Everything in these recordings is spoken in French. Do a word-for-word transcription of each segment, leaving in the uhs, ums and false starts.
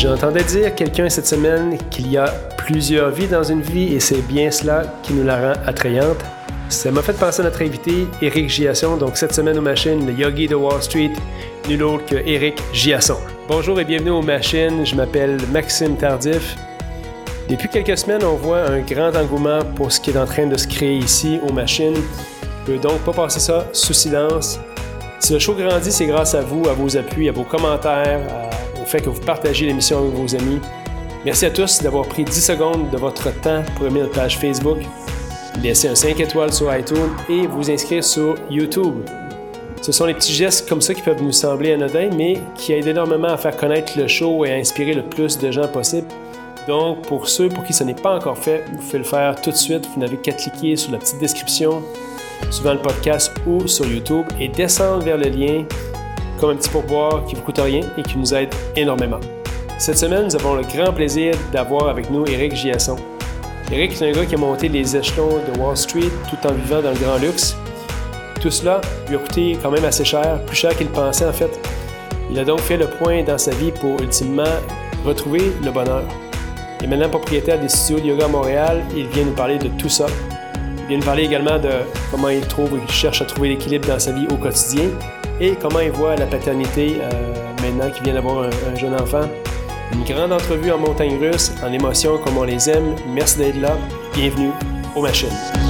J'entendais dire quelqu'un cette semaine qu'il y a plusieurs vies dans une vie et c'est bien cela qui nous la rend attrayante. Ça m'a fait penser à notre invité, Éric Giasson. Donc cette semaine aux machines, le yogi de Wall Street, nul autre que Éric Giasson. Bonjour et bienvenue aux machines, je m'appelle Maxime Tardif. Depuis quelques semaines, on voit un grand engouement pour ce qui est en train de se créer ici aux machines. Je ne peux donc pas passer ça sous silence. Si le show grandit, c'est grâce à vous, à vos appuis, à vos commentaires, à, au fait que vous partagez l'émission avec vos amis. Merci à tous d'avoir pris dix secondes de votre temps pour aimer notre page Facebook, laisser un cinq étoiles sur iTunes et vous inscrire sur YouTube. Ce sont les petits gestes comme ça qui peuvent nous sembler anodins, mais qui aident énormément à faire connaître le show et à inspirer le plus de gens possible. Donc, pour ceux pour qui ce n'est pas encore fait, vous pouvez le faire tout de suite. Vous n'avez qu'à cliquer sur la petite description, suivant le podcast ou sur YouTube, et descendre vers le lien comme un petit pourboire qui ne vous coûte rien et qui nous aide énormément. Cette semaine, nous avons le grand plaisir d'avoir avec nous Éric Giasson. Éric est un gars qui a monté les échelons de Wall Street tout en vivant dans le grand luxe. Tout cela lui a coûté quand même assez cher, plus cher qu'il pensait en fait. Il a donc fait le point dans sa vie pour ultimement retrouver le bonheur. Il est maintenant propriétaire des studios de yoga à Montréal et il vient nous parler de tout ça. Il vient nous parler également de comment il trouve, il cherche à trouver l'équilibre dans sa vie au quotidien et comment il voit la paternité euh, maintenant qu'il vient d'avoir un, un jeune enfant. Une grande entrevue en montagne russe, en émotions comme on les aime. Merci d'être là. Bienvenue aux machines.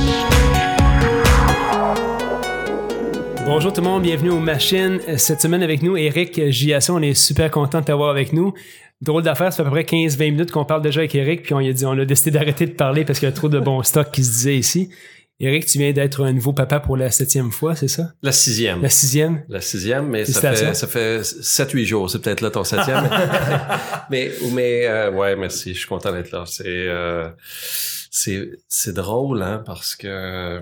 Bonjour tout le monde, bienvenue aux machines. Cette semaine avec nous, Éric Giasson, on est super content de t'avoir avec nous. Drôle d'affaire, ça fait à peu près quinze vingt minutes qu'on parle déjà avec Éric, puis on a dit, on a décidé d'arrêter de parler parce qu'il y a trop de bons stocks qui se disaient ici. Éric, tu viens d'être un nouveau papa pour la septième fois, c'est ça? La sixième. La sixième? La sixième, mais ça fait, ça fait sept huit jours. C'est peut-être là ton septième. mais, mais, euh, ouais, merci. Je suis content d'être là. C'est, euh, c'est, c'est drôle, hein, parce que,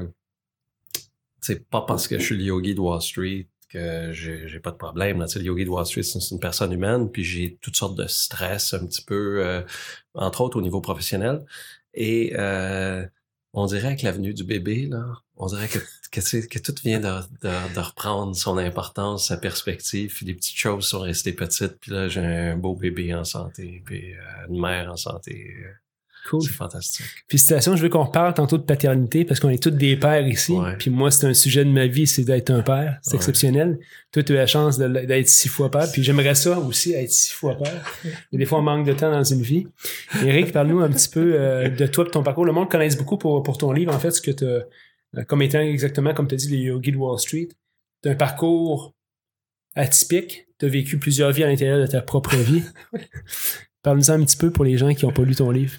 c'est pas parce que je suis le yogi de Wall Street que j'ai, j'ai pas de problème. Là. Tu sais, le yogi de Wall Street, c'est une personne humaine, puis j'ai toutes sortes de stress un petit peu, euh, entre autres au niveau professionnel. Et euh, on dirait avec la venue du bébé, là, on dirait que, que, tu sais, que tout vient de, de, de reprendre son importance, sa perspective, puis les petites choses sont restées petites, puis là, j'ai un beau bébé en santé, puis euh, une mère en santé. Cool. C'est fantastique. Félicitations, je veux qu'on parle tantôt de paternité parce qu'on est tous des pères ici. Ouais. Puis moi, c'est un sujet de ma vie, c'est d'être un père. C'est ouais. exceptionnel. Toi, tu as la chance de, d'être six fois père. Puis j'aimerais ça aussi, être six fois père. Mais des fois, on manque de temps dans une vie. Éric, parle-nous un petit peu euh, de toi et de ton parcours. Le monde connaisse beaucoup pour, pour ton livre, en fait, ce que tu as, euh, comme étant exactement, comme tu as dit, les yogis de Wall Street. Tu as un parcours atypique. Tu as vécu plusieurs vies à l'intérieur de ta propre vie. Parle-nous un petit peu pour les gens qui n'ont pas lu ton livre.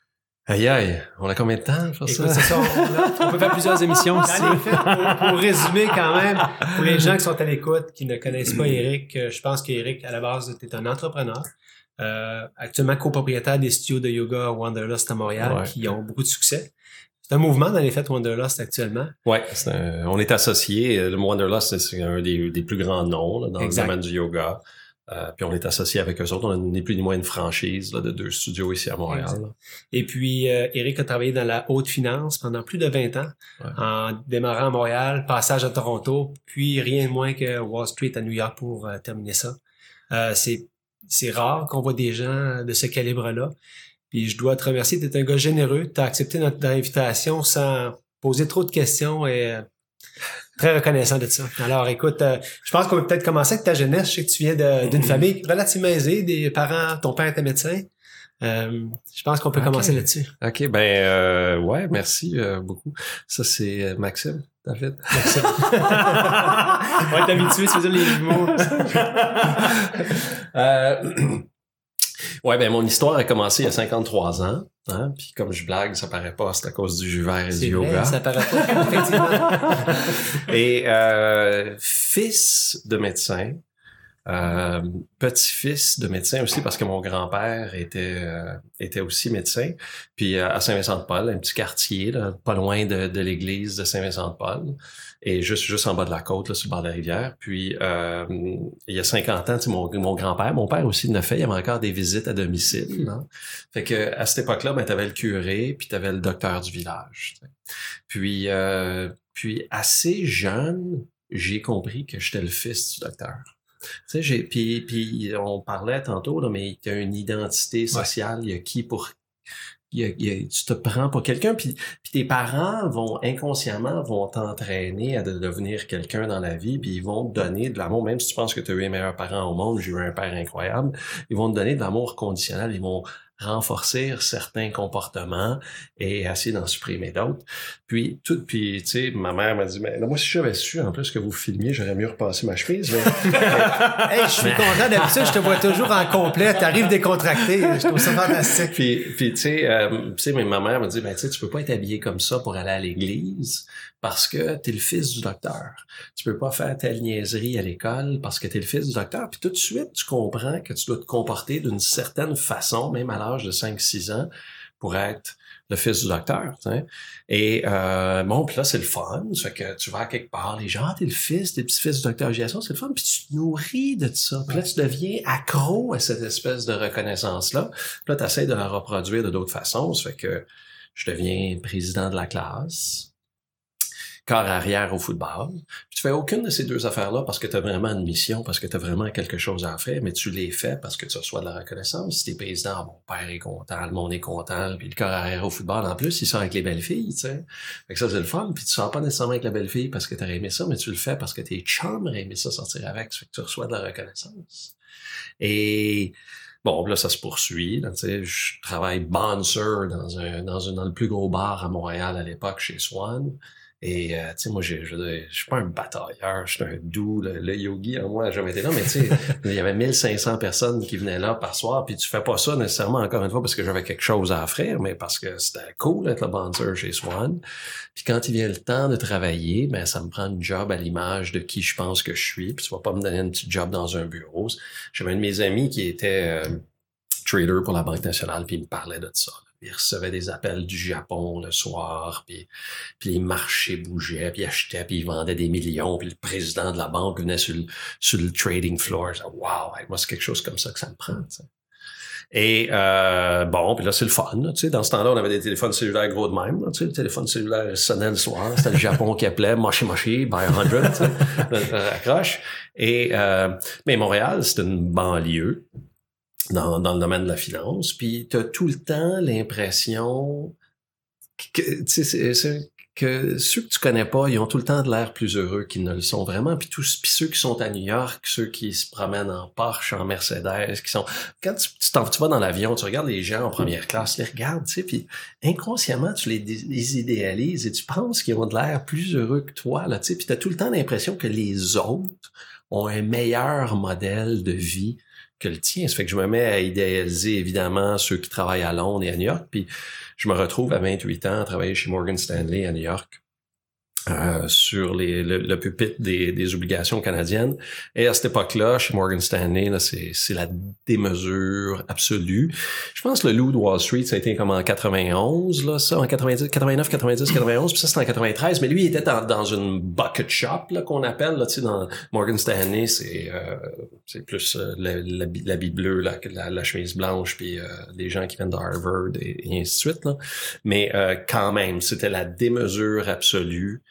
Aïe aïe, on a combien de temps pour ça? ça on, a, on peut faire plusieurs émissions aussi. pour, pour résumer quand même, pour les gens qui sont à l'écoute, qui ne connaissent pas Éric, je pense qu'Éric, à la base, tu es un entrepreneur, euh, actuellement copropriétaire des studios de yoga Wanderlust à Montréal, ouais. qui ont beaucoup de succès. C'est un mouvement dans les fêtes Wanderlust actuellement. Ouais, c'est un, on est associés. Le Wanderlust, c'est un des, des plus grands noms là, dans exact. Le domaine du yoga. Euh, puis on est associé avec eux autres. On a ni plus ni moins une franchise là, de deux studios ici à Montréal. Et puis, euh, Éric a travaillé dans la haute finance pendant plus de vingt ans, ouais. en démarrant à Montréal, passage à Toronto, puis rien de moins que Wall Street à New York pour euh, terminer ça. Euh, c'est, c'est rare qu'on voit des gens de ce calibre-là. Puis je dois te remercier, tu es un gars généreux. Tu as accepté notre invitation sans poser trop de questions et... Euh, très reconnaissant de ça. Alors, écoute, euh, je pense qu'on peut peut-être commencer avec ta jeunesse. Je sais que tu viens de, d'une famille relativement aisée, des parents, ton père était médecin. Euh, je pense qu'on peut okay. commencer là-dessus. OK, ben euh, ouais, merci euh, beaucoup. Ça, c'est euh, Maxime, David. Maxime. On va être habitué, c'est dire les jumeaux. euh, ouais, ben mon histoire a commencé il y a cinquante-trois ans. Hein? Puis comme je blague, ça paraît pas, c'est à cause du jus vert et c'est du vrai, yoga. Ça paraît pas, effectivement. Et euh, fils de médecin, euh, petit-fils de médecin aussi, parce que mon grand-père était euh, était aussi médecin. Puis euh, à Saint-Vincent-de-Paul, un petit quartier, là, pas loin de, de l'église de Saint-Vincent-de-Paul. Et juste juste en bas de la côte, là, sur le bord de la rivière. Puis, euh, il y a cinquante ans, tu sais, mon, mon grand-père, mon père aussi le fait, il y avait encore des visites à domicile. Non? Fait que à cette époque-là, ben, t'avais le curé, puis t'avais le docteur du village. Tu sais. Puis, euh, puis assez jeune, j'ai compris que j'étais le fils du docteur. Tu sais, j'ai, puis, puis on parlait tantôt, là, mais il y a une identité sociale, ouais. Il y a qui pour... Il y a, il y a, tu te prends pour quelqu'un, puis, puis tes parents vont inconsciemment vont t'entraîner à de devenir quelqu'un dans la vie, puis ils vont te donner de l'amour, même si tu penses que tu as eu les meilleurs parents au monde, j'ai eu un père incroyable, ils vont te donner de l'amour conditionnel, ils vont renforcer certains comportements et essayer d'en supprimer d'autres. Puis, tout, puis, tu sais, ma mère m'a dit, mais là, moi, si j'avais su, en plus, que vous filmiez, j'aurais mieux repassé ma chemise, mais... Hey, je suis content, d'habitude, je te vois toujours en complet, t'arrives décontracté, je trouve ça fantastique. Puis, puis, tu sais, euh, tu sais, mais ma mère m'a dit, ben, tu sais, tu peux pas être habillé comme ça pour aller à l'église parce que t'es le fils du docteur. Tu peux pas faire telle niaiserie à l'école parce que t'es le fils du docteur. Puis tout de suite, tu comprends que tu dois te comporter d'une certaine façon, même à l'âge de cinq six ans, pour être le fils du docteur. T'sais. Et euh, bon, puis là, c'est le fun. Ça fait que tu vas à quelque part, les gens, ah, t'es le fils, t'es le petit-fils du docteur Giasson, c'est le fun. Puis tu te nourris de ça. Puis là, tu deviens accro à cette espèce de reconnaissance-là. Puis là, tu essaies de la reproduire de d'autres façons. Ça fait que je deviens président de la classe. Corps arrière au football. Puis tu fais aucune de ces deux affaires-là parce que tu as vraiment une mission, parce que tu as vraiment quelque chose à faire, mais tu les fais parce que tu reçois de la reconnaissance. Si t'es président, mon père est content, le monde est content, puis le corps arrière au football, en plus, il sort avec les belles filles, tu sais. Fait que ça, c'est le fun. Puis tu sors pas nécessairement avec la belle fille parce que t'aurais aimé ça, mais tu le fais parce que tes chums auraient aimé ça sortir avec. Ça fait que tu reçois de la reconnaissance. Et... Bon, là, ça se poursuit. Là, tu sais, je travaille bouncer dans un, dans un, dans le plus gros bar à Montréal à l'époque, chez Swan. Et, euh, tu sais, moi, je, je, je suis pas un batailleur, je suis un doux, le, le yogi en moi, j'ai jamais été là, mais tu sais, il y avait mille cinq cents personnes qui venaient là par soir, puis tu fais pas ça nécessairement, encore une fois, parce que j'avais quelque chose à offrir, mais parce que c'était cool d'être le bouncer chez Swan. Puis quand il vient le temps de travailler, ben, ça me prend une job à l'image de qui je pense que je suis, puis tu vas pas me donner une petite job dans un bureau. J'avais un de mes amis qui était euh, trader pour la Banque nationale, puis il me parlait de ça. Il recevait des appels du Japon le soir, puis, puis les marchés bougeaient, puis ils achetaient, puis ils vendaient des millions, puis le président de la banque venait sur le, sur le trading floor. Je disais, wow, moi, c'est quelque chose comme ça que ça me prend. T'sais. Et euh, bon, puis là, c'est le fun. Tu sais, dans ce temps-là, on avait des téléphones cellulaires gros de même. Tu sais, le téléphone cellulaire sonnait le soir. C'était le Japon qui appelait, moshi moshi, by a hundred, tu sais, accroche. Et euh, mais Montréal, c'est une banlieue. Dans, dans le domaine de la finance, puis t'as tout le temps l'impression que, tu sais, c'est, que ceux que tu connais pas, ils ont tout le temps de l'air plus heureux qu'ils ne le sont vraiment, puis tous, puis ceux qui sont à New York, ceux qui se promènent en Porsche, en Mercedes, qui sont, quand tu, tu, t'en, tu vas dans l'avion, tu regardes les gens en première classe, les regardes, tu sais, puis inconsciemment, tu les, les idéalises et tu penses qu'ils ont de l'air plus heureux que toi, là, tu sais, puis t'as tout le temps l'impression que les autres ont un meilleur modèle de vie que le tien. Ça fait que je me mets à idéaliser, évidemment, ceux qui travaillent à Londres et à New York. Puis je me retrouve à vingt-huit ans à travailler chez Morgan Stanley à New York. Euh, sur les, le, le pupitre des, des obligations canadiennes. Et à cette époque-là, chez Morgan Stanley, là, c'est, c'est la démesure absolue. Je pense que le loup de Wall Street, ça a été comme en quatre-vingt-onze, là, ça, en quatre-vingt-dix, quatre-vingt-neuf, quatre-vingt-dix, quatre-vingt-onze, puis ça, c'était en quatre-vingt-treize. Mais lui, il était dans, dans une bucket shop, là, qu'on appelle, là, tu sais, dans Morgan Stanley, c'est, euh, c'est plus euh, l'habit bleu, là, la, la chemise blanche, puis euh, les gens qui viennent de Harvard et, et ainsi de suite, là. Mais euh, quand même, c'était la démesure absolue.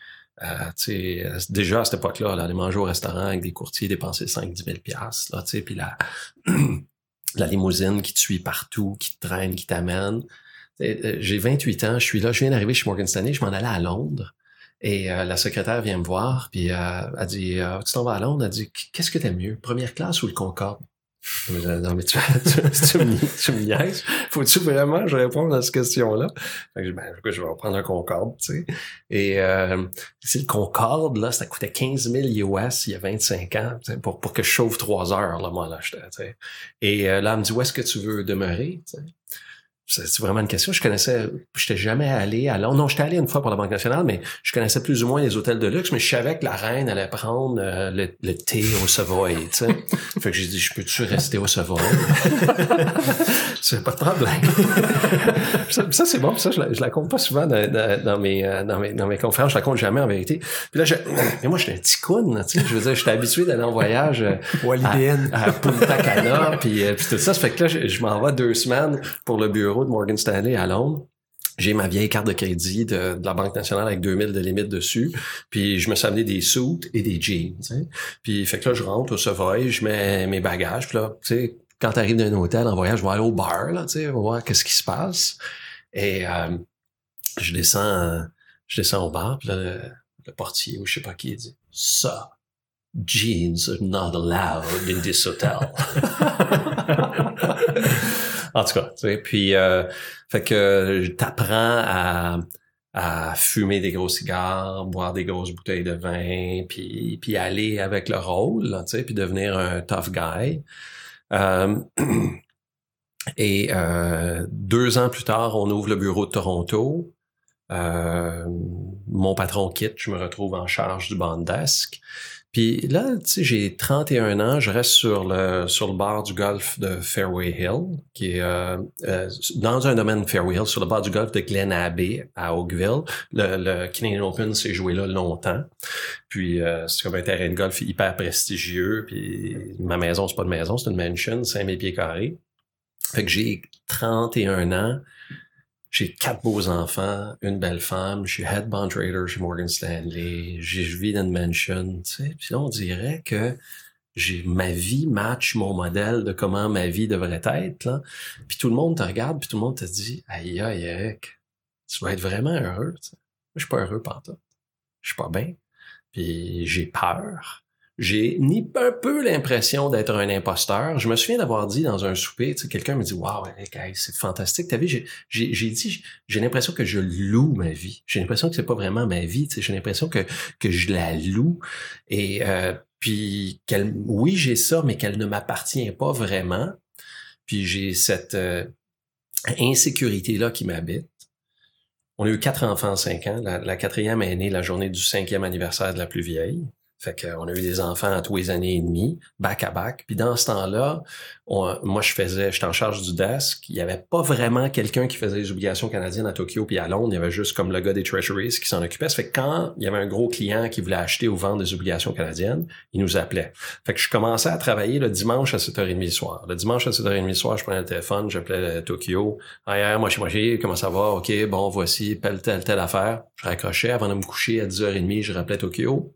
Euh, déjà à cette époque-là, là, aller manger au restaurant avec des courtiers, dépenser cinq à dix mille piastres, là, puis la, la limousine qui te suit partout, qui te traîne, qui t'amène. T'sais, j'ai vingt-huit ans, je suis là, je viens d'arriver chez Morgan Stanley, je m'en allais à Londres. Et euh, la secrétaire vient me voir, puis euh, elle dit euh, « Tu t'en vas à Londres? » Elle dit « Qu'est-ce que t'aimes mieux, première classe ou le Concorde? » Non, mais tu, tu, tu, me, tu me niaises. Faut-tu vraiment que je réponde à cette question-là? Fait que, ben, je vais prendre un Concorde, tu sais. Et, euh, c'est le Concorde, là, ça coûtait quinze mille U S il y a vingt-cinq ans, pour, pour que je chauffe trois heures, là, moi, là, j'étais, tu sais. Et, euh, là, elle me dit, où est-ce que tu veux demeurer, tu sais? C'est vraiment une question. Je connaissais, j'étais jamais allé à Londres. Non, j'étais allé une fois pour la Banque nationale, mais je connaissais plus ou moins les hôtels de luxe, mais je savais que la reine allait prendre euh, le, le thé au Savoy, tu sais. Fait que j'ai dit, je peux-tu rester au Savoy? C'est pas de problème. ça, ça, c'est bon. Ça, je la, je la compte pas souvent dans, dans, dans mes, dans mes, dans mes conférences. Je la compte jamais en vérité. Puis là, je, mais moi, j'étais un petit coon, tu sais. Je veux dire, j'étais habitué d'aller en voyage à, à Punta Cana, puis, puis tout ça. Ça fait que là, je, je m'en vais deux semaines pour le bureau de Morgan Stanley à Londres. j'ai ma vieille carte de crédit de, de la Banque nationale avec deux mille de limite dessus. Puis je me suis amené des suits et des jeans. T'sais. Puis fait que là, je rentre au Savoy, je mets mes bagages. Puis là, tu sais, quand t'arrives dans un hôtel en voyage, je vais aller au bar, là, tu sais, on va voir qu'est-ce qui se passe. Et euh, je descends, je descends au bar, puis là, le, le portier ou je sais pas qui, il dit « Ça, jeans are not allowed in this hotel. » En tout cas, tu sais, puis euh, fait que t'apprends à à fumer des gros cigares, boire des grosses bouteilles de vin, puis puis aller avec le rôle, là, tu sais, puis devenir un tough guy. Euh, et euh, deux ans plus tard, on ouvre le bureau de Toronto. Euh, mon patron quitte, je me retrouve en charge du bond desk. Puis là, tu sais, j'ai trente et un ans, je reste sur le sur le bord du golfe de Fairway Hill, qui est euh, euh, dans un domaine Fairway Hill, sur le bord du golfe de Glen Abbey à Oakville. Le, le Canadian Open s'est joué là longtemps. Puis euh, c'est comme un terrain de golf hyper prestigieux. Puis ma maison, c'est pas une maison, c'est une mansion, cinq mille pieds carrés. Fait que j'ai trente et un ans. J'ai quatre beaux enfants, une belle femme, je suis head bond trader chez Morgan Stanley, je vis dans une mansion, tu sais. Puis là, on dirait que j'ai ma vie match mon modèle de comment ma vie devrait être, là. Puis tout le monde te regarde, puis tout le monde te dit « Aïe, aïe, Eric, tu vas être vraiment heureux, tu sais. » Moi, je suis pas heureux pantoute. Je suis pas bien. Puis j'ai peur. J'ai ni un peu l'impression d'être un imposteur. Je me souviens d'avoir dit dans un souper, tu sais, quelqu'un me dit « Wow, Eric, hey, c'est fantastique. » T'as vu, j'ai, j'ai, j'ai dit, j'ai l'impression que je loue ma vie. J'ai l'impression que c'est pas vraiment ma vie. Tu sais, j'ai l'impression que que je la loue. Et euh, puis, qu'elle, oui, j'ai ça, mais qu'elle ne m'appartient pas vraiment. Puis j'ai cette euh, insécurité-là qui m'habite. On a eu quatre enfants en cinq ans. La, la quatrième est née la journée du cinquième anniversaire de la plus vieille. Fait qu'on a eu des enfants à tous les années et demie, back à back. Puis dans ce temps-là, on, moi je faisais, j'étais en charge du desk. Il y avait pas vraiment quelqu'un qui faisait les obligations canadiennes à Tokyo puis à Londres. Il y avait juste comme le gars des Treasuries qui s'en occupait. Ça fait que quand il y avait un gros client qui voulait acheter ou vendre des obligations canadiennes, il nous appelait. Fait que je commençais à travailler le dimanche à sept heures trente le soir. Le dimanche à sept heures trente le soir, je prenais le téléphone, j'appelais Tokyo. Ah, hier, moi, je suis mangé, comment ça va? OK, bon, voici, telle, telle, telle affaire. Je raccrochais avant de me coucher à dix heures trente, je rappelais Tokyo.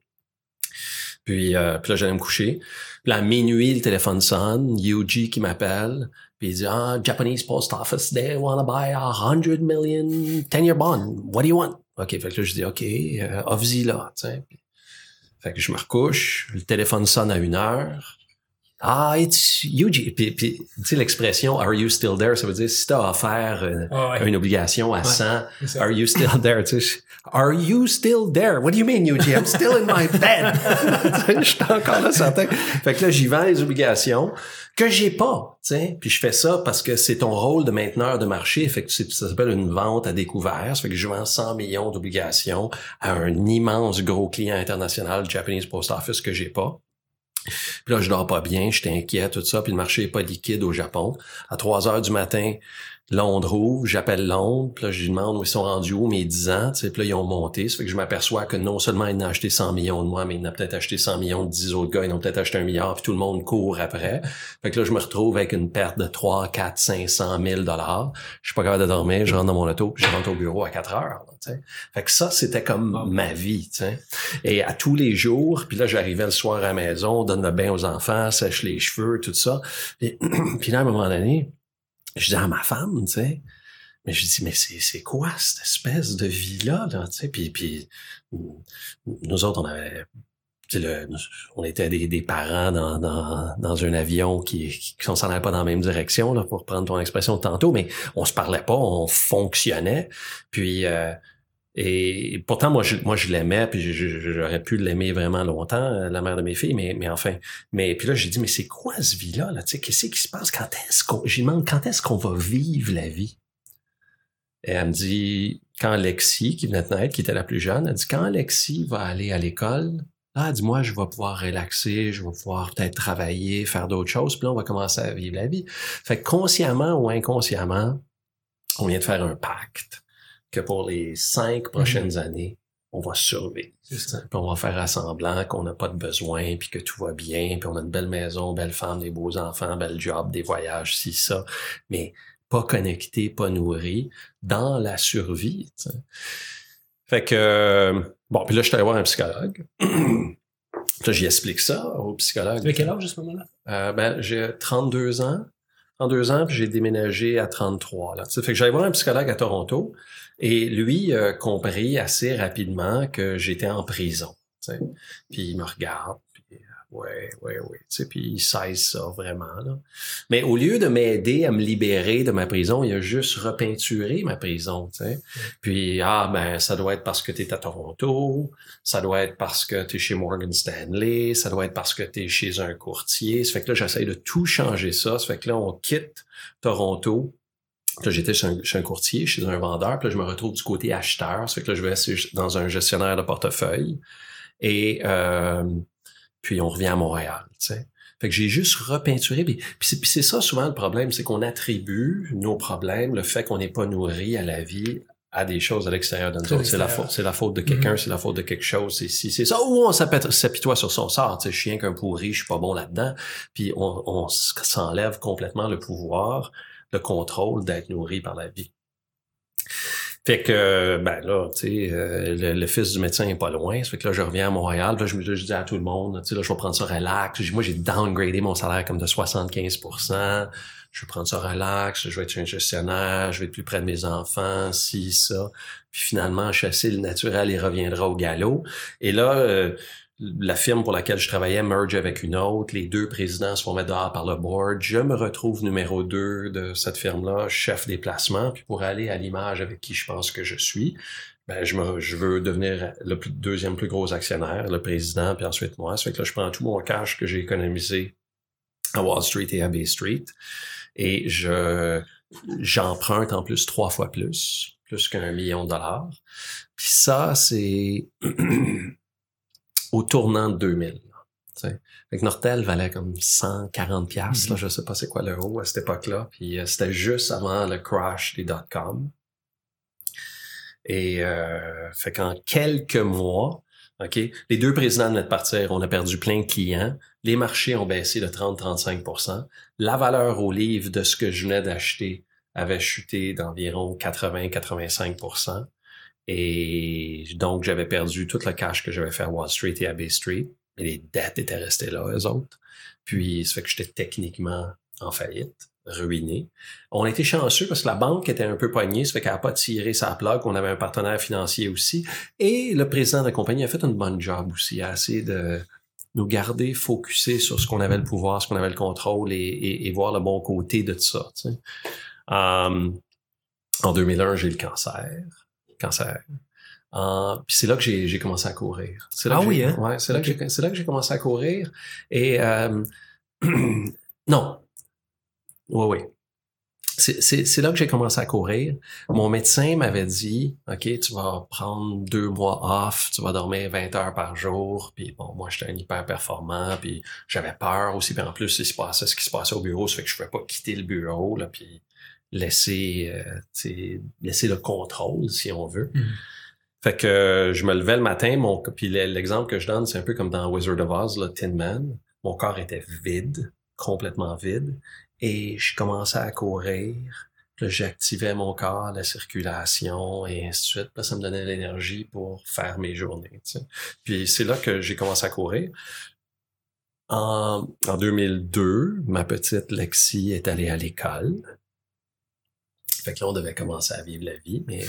Puis, euh, puis là, j'allais me coucher. Puis là, à minuit, le téléphone sonne. Yuji qui m'appelle. Puis il dit, ah, Japanese Post Office, they want to buy a hundred million ten-year bond. What do you want? OK, fait que là, je dis, OK, euh, offre-y là, tu sais. Fait que je me recouche. Le téléphone sonne à une heure. Ah, it's Yuji. Puis, puis tu sais, l'expression « Are you still there », ça veut dire si t'as offert une, oh, ouais. une obligation à cent, ouais, « Are you still there », tu sais. « Are you still there »« What do you mean, Yuji? I'm still in my bed. » Je suis encore là, certain. Fait que là, j'y vends les obligations que j'ai pas, tu sais. Puis je fais ça parce que c'est ton rôle de mainteneur de marché. Fait que ça s'appelle une vente à découvert. Ça fait que je vends cent millions d'obligations à un immense gros client international, Japanese Post Office, que j'ai pas. Puis là, je dors pas bien, je suis inquiet, tout ça, puis le marché est pas liquide au Japon. À trois heures du matin, Londres ouvre, j'appelle Londres, puis là, je lui demande où ils sont rendus où mes dix ans, tu sais, puis là, ils ont monté. Ça fait que je m'aperçois que non seulement ils n'ont acheté cent millions de moi, mais ils n'ont peut-être acheté cent millions de dix autres gars, ils ont peut-être acheté un milliard, puis tout le monde court après. Fait que là, je me retrouve avec une perte de trois, quatre, cinq cent mille dollars. Je suis pas capable de dormir, je rentre dans mon auto, puis je rentre au bureau à quatre heures, tu sais. Fait que ça, c'était comme oh. ma vie, tu sais. Et à tous les jours, puis là, j'arrivais le soir à la maison, on donne le bain aux enfants, sèche les cheveux, tout ça. Et, puis là, à un moment donné, je dis à ma femme, tu sais, mais je dis, mais c'est, c'est quoi cette espèce de vie-là, là, tu sais, puis, puis nous autres, on avait, tu sais, le, on était des, des parents dans, dans, dans un avion qui, qui, qui s'en allait pas dans la même direction, là, pour prendre ton expression de tantôt, mais on se parlait pas, on fonctionnait, puis, euh, et pourtant, moi, je, moi, je l'aimais, puis je, je, j'aurais pu l'aimer vraiment longtemps, la mère de mes filles, mais, mais enfin. Mais puis là, j'ai dit, mais c'est quoi ce vie-là, là, tu sais, qu'est-ce qui se passe? Quand est-ce qu'on, je lui demande, quand est-ce qu'on va vivre la vie? Et elle me dit, quand Alexis, qui venait de naître, qui était la plus jeune, elle dit, quand Alexis va aller à l'école, là, elle dit, moi, je vais pouvoir relaxer, je vais pouvoir peut-être travailler, faire d'autres choses, puis là, on va commencer à vivre la vie. Fait que consciemment ou inconsciemment, on vient de faire un pacte que pour les cinq prochaines mm-hmm. années, on va survivre. Puis on va faire semblant qu'on n'a pas de besoin, puis que tout va bien, puis on a une belle maison, belle femme, des beaux enfants, bel job, des voyages, ci, ça. Mais pas connecté, pas nourri, dans la survie. T'sais. Fait que, euh, bon, puis là, je suis allé voir un psychologue. Là, j'y explique ça au psychologue. Tu avais quel âge à ce moment-là? Euh, ben, j'ai trente-deux ans. trente-deux ans, puis j'ai déménagé à trente-trois. Là. Fait que j'allais voir un psychologue à Toronto, et lui a compris assez rapidement que j'étais en prison. T'sais. Puis il me regarde, puis ouais, ouais, ouais. T'sais, puis il saisit ça vraiment. Là. Mais au lieu de m'aider à me libérer de ma prison, il a juste repeinturé ma prison. T'sais. Puis, ah, ben, ça doit être parce que t'es à Toronto, ça doit être parce que t'es chez Morgan Stanley, ça doit être parce que t'es chez un courtier. Ça fait que là, j'essaye de tout changer ça. Ça fait que là, on quitte Toronto. Là, j'étais chez un, chez un courtier, chez un vendeur, puis là, je me retrouve du côté acheteur. Ça fait que là, je vais dans un gestionnaire de portefeuille. Et euh, puis, on revient à Montréal, tu sais. Fait que j'ai juste repeinturé. Puis, puis, c'est, puis c'est ça souvent le problème, c'est qu'on attribue nos problèmes, le fait qu'on n'est pas nourri à la vie, à des choses à l'extérieur de nous autres. C'est la faute, c'est la faute de quelqu'un, mm-hmm. c'est la faute de quelque chose. C'est si, c'est ça. Ou on s'apitoie sur son sort. Tu sais, je suis rien qu'un pourri, je suis pas bon là-dedans. Puis on, on s'enlève complètement le pouvoir, le contrôle d'être nourri par la vie. Fait que, ben là, tu sais, euh, le, le fils du médecin est pas loin. Ça fait que là, je reviens à Montréal. Là, je me je dis à tout le monde, tu sais, là, je vais prendre ça relax. Moi, j'ai downgradé mon salaire comme de soixante-quinze pour cent. Je vais prendre ça relax. Je vais être un gestionnaire. Je vais être plus près de mes enfants, ci, ça. Puis finalement, chasser le naturel, il reviendra au galop. Et là, euh, la firme pour laquelle je travaillais merge avec une autre. Les deux présidents se font mettre dehors par le board. Je me retrouve numéro deux de cette firme-là, chef des placements. Puis pour aller à l'image avec qui je pense que je suis, ben je me, je veux devenir le plus, deuxième plus gros actionnaire, le président, puis ensuite moi. Ça fait que là, je prends tout mon cash que j'ai économisé à Wall Street et à Bay Street. Et je j'emprunte en plus trois fois plus, plus qu'un million de dollars. Puis ça, c'est au tournant de deux mille. T'sais. Fait que Nortel valait comme cent quarante piastres, mm-hmm. là, je sais pas c'est quoi l'euro à cette époque-là. Puis euh, c'était juste avant le crash des dot-com. Et euh, fait qu'en quelques mois, ok, les deux présidents venaient de partir, on a perdu plein de clients. Les marchés ont baissé de trente à trente-cinq pour cent. La valeur au livre de ce que je venais d'acheter avait chuté d'environ quatre-vingts à quatre-vingt-cinq pour cent. Et donc, j'avais perdu tout le cash que j'avais fait à Wall Street et à Bay Street. Et les dettes étaient restées là, eux autres. Puis, ça fait que j'étais techniquement en faillite, ruiné. On était chanceux parce que la banque était un peu poignée. Ça fait qu'elle n'a pas tiré sa plug. On avait un partenaire financier aussi. Et le président de la compagnie a fait une bonne job aussi. Il a essayé de nous garder focusés sur ce qu'on avait le pouvoir, ce qu'on avait le contrôle et, et, et voir le bon côté de tout ça. Tu sais. Um, en deux mille un, j'ai eu le cancer. cancer. Uh, puis c'est là que j'ai, j'ai commencé à courir. C'est là ah que oui, j'ai, hein? Ouais, c'est là, okay. que j'ai, c'est là que j'ai commencé à courir. Et euh, non. Oui, oui. C'est, c'est, c'est là que j'ai commencé à courir. Mon médecin m'avait dit, OK, tu vas prendre deux mois off, tu vas dormir vingt heures par jour. Puis bon, moi, j'étais un hyper performant, puis j'avais peur aussi. Puis en plus, il se passait ce qui se passait au bureau, ça fait que je ne pouvais pas quitter le bureau, là, puis laisser, euh, laisser le contrôle, si on veut. Mm. Fait que euh, je me levais le matin, mon puis l'exemple que je donne, c'est un peu comme dans Wizard of Oz, là, Tin Man. Mon corps était vide, complètement vide, et je commençais à courir. Puis là, j'activais mon corps, la circulation, et ainsi de suite. Puis là, ça me donnait l'énergie pour faire mes journées. Tu sais. Puis c'est là que j'ai commencé à courir. En, en deux mille deux, ma petite Lexi est allée à l'école. Fait que là, on devait commencer à vivre la vie, mais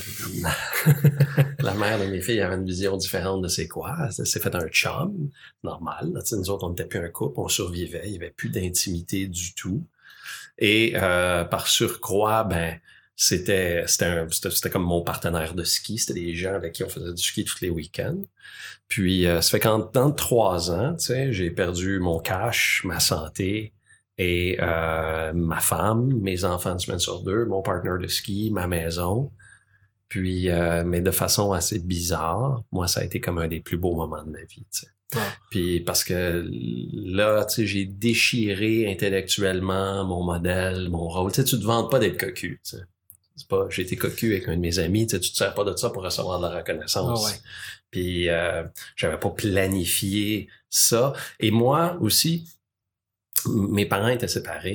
la mère de mes filles avait une vision différente de c'est quoi. Elle s'est fait un chum, normal. Là, nous autres, on n'était plus un couple, on survivait, il n'y avait plus d'intimité du tout. Et euh, par surcroît, ben c'était c'était, un, c'était c'était comme mon partenaire de ski. C'était des gens avec qui on faisait du ski tous les week-ends. Puis euh, ça fait qu'en dans trois ans, tu sais, j'ai perdu mon cash, ma santé, et euh, ma femme, mes enfants une semaine sur deux, mon partenaire de ski, ma maison. Puis, euh, mais de façon assez bizarre, moi, ça a été comme un des plus beaux moments de ma vie, tu sais. Ouais. Puis parce que là, tu sais, j'ai déchiré intellectuellement mon modèle, mon rôle. Tu sais, tu te vantes pas d'être cocu, tu sais. C'est pas, j'ai été cocu avec un de mes amis, tu sais, tu te sers pas de ça pour recevoir de la reconnaissance. Oh ouais. Puis, euh, j'avais pas planifié ça. Et moi aussi, mes parents étaient séparés.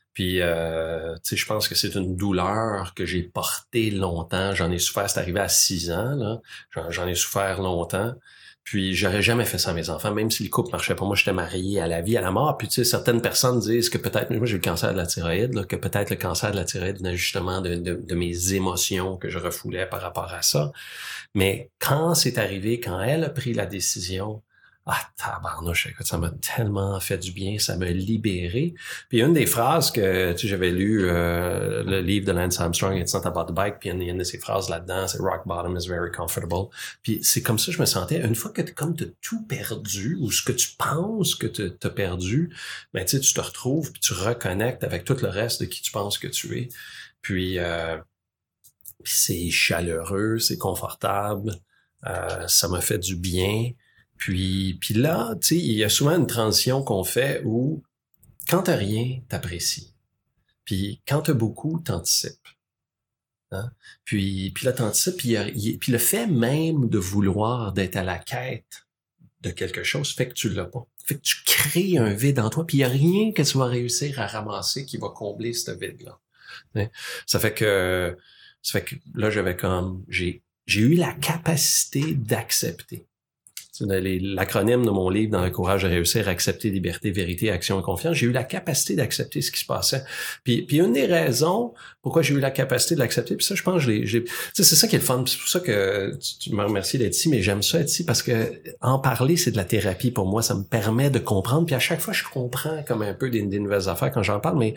Puis, euh, tu sais, je pense que c'est une douleur que j'ai portée longtemps. J'en ai souffert, c'est arrivé à six ans, là. J'en, j'en ai souffert longtemps. Puis, j'aurais jamais fait ça à mes enfants, même si le couple marchait pas. Moi, j'étais marié à la vie, à la mort. Puis, tu sais, certaines personnes disent que peut-être, moi, j'ai le cancer de la thyroïde, là, que peut-être le cancer de la thyroïde venait justement de, de, de mes émotions que je refoulais par rapport à ça. Mais quand c'est arrivé, quand elle a pris la décision, ah, tabarnouche, écoute, ça m'a tellement fait du bien, ça m'a libéré. Puis une des phrases que, tu sais, j'avais lu euh, le livre de Lance Armstrong, It's Not About the Bike, puis il y a une de ces phrases là-dedans, c'est Rock Bottom is very comfortable. Puis c'est comme ça que je me sentais. Une fois que tu comme t'as tout perdu, ou ce que tu penses que tu as perdu, ben tu sais, tu te retrouves, puis tu reconnectes avec tout le reste de qui tu penses que tu es. Puis, euh, puis c'est chaleureux, c'est confortable, euh, ça m'a fait du bien. Puis, puis là, tu sais, il y a souvent une transition qu'on fait où, quand t'as rien, t'apprécies. Puis, quand t'as beaucoup, t'anticipes. Hein? Puis, puis là, t'anticipes. Puis, il, puis le fait même de vouloir d'être à la quête de quelque chose fait que tu l'as pas. Fait que tu crées un vide en toi. Puis, il y a rien que tu vas réussir à ramasser qui va combler ce vide-là. Hein? Ça fait que, ça fait que là, j'avais comme, j'ai, j'ai eu la capacité d'accepter. L'acronyme de mon livre, Dans le courage de réussir, accepter, liberté, vérité, action et confiance, j'ai eu la capacité d'accepter ce qui se passait. Puis, puis une des raisons pourquoi j'ai eu la capacité de l'accepter, puis ça, je pense, je l'ai, j'ai, tu sais, c'est ça qui est le fun. C'est pour ça que tu, tu me remercies d'être ici, mais j'aime ça être ici parce que en parler, c'est de la thérapie pour moi. Ça me permet de comprendre. Puis à chaque fois, je comprends comme un peu des, des nouvelles affaires quand j'en parle. Mais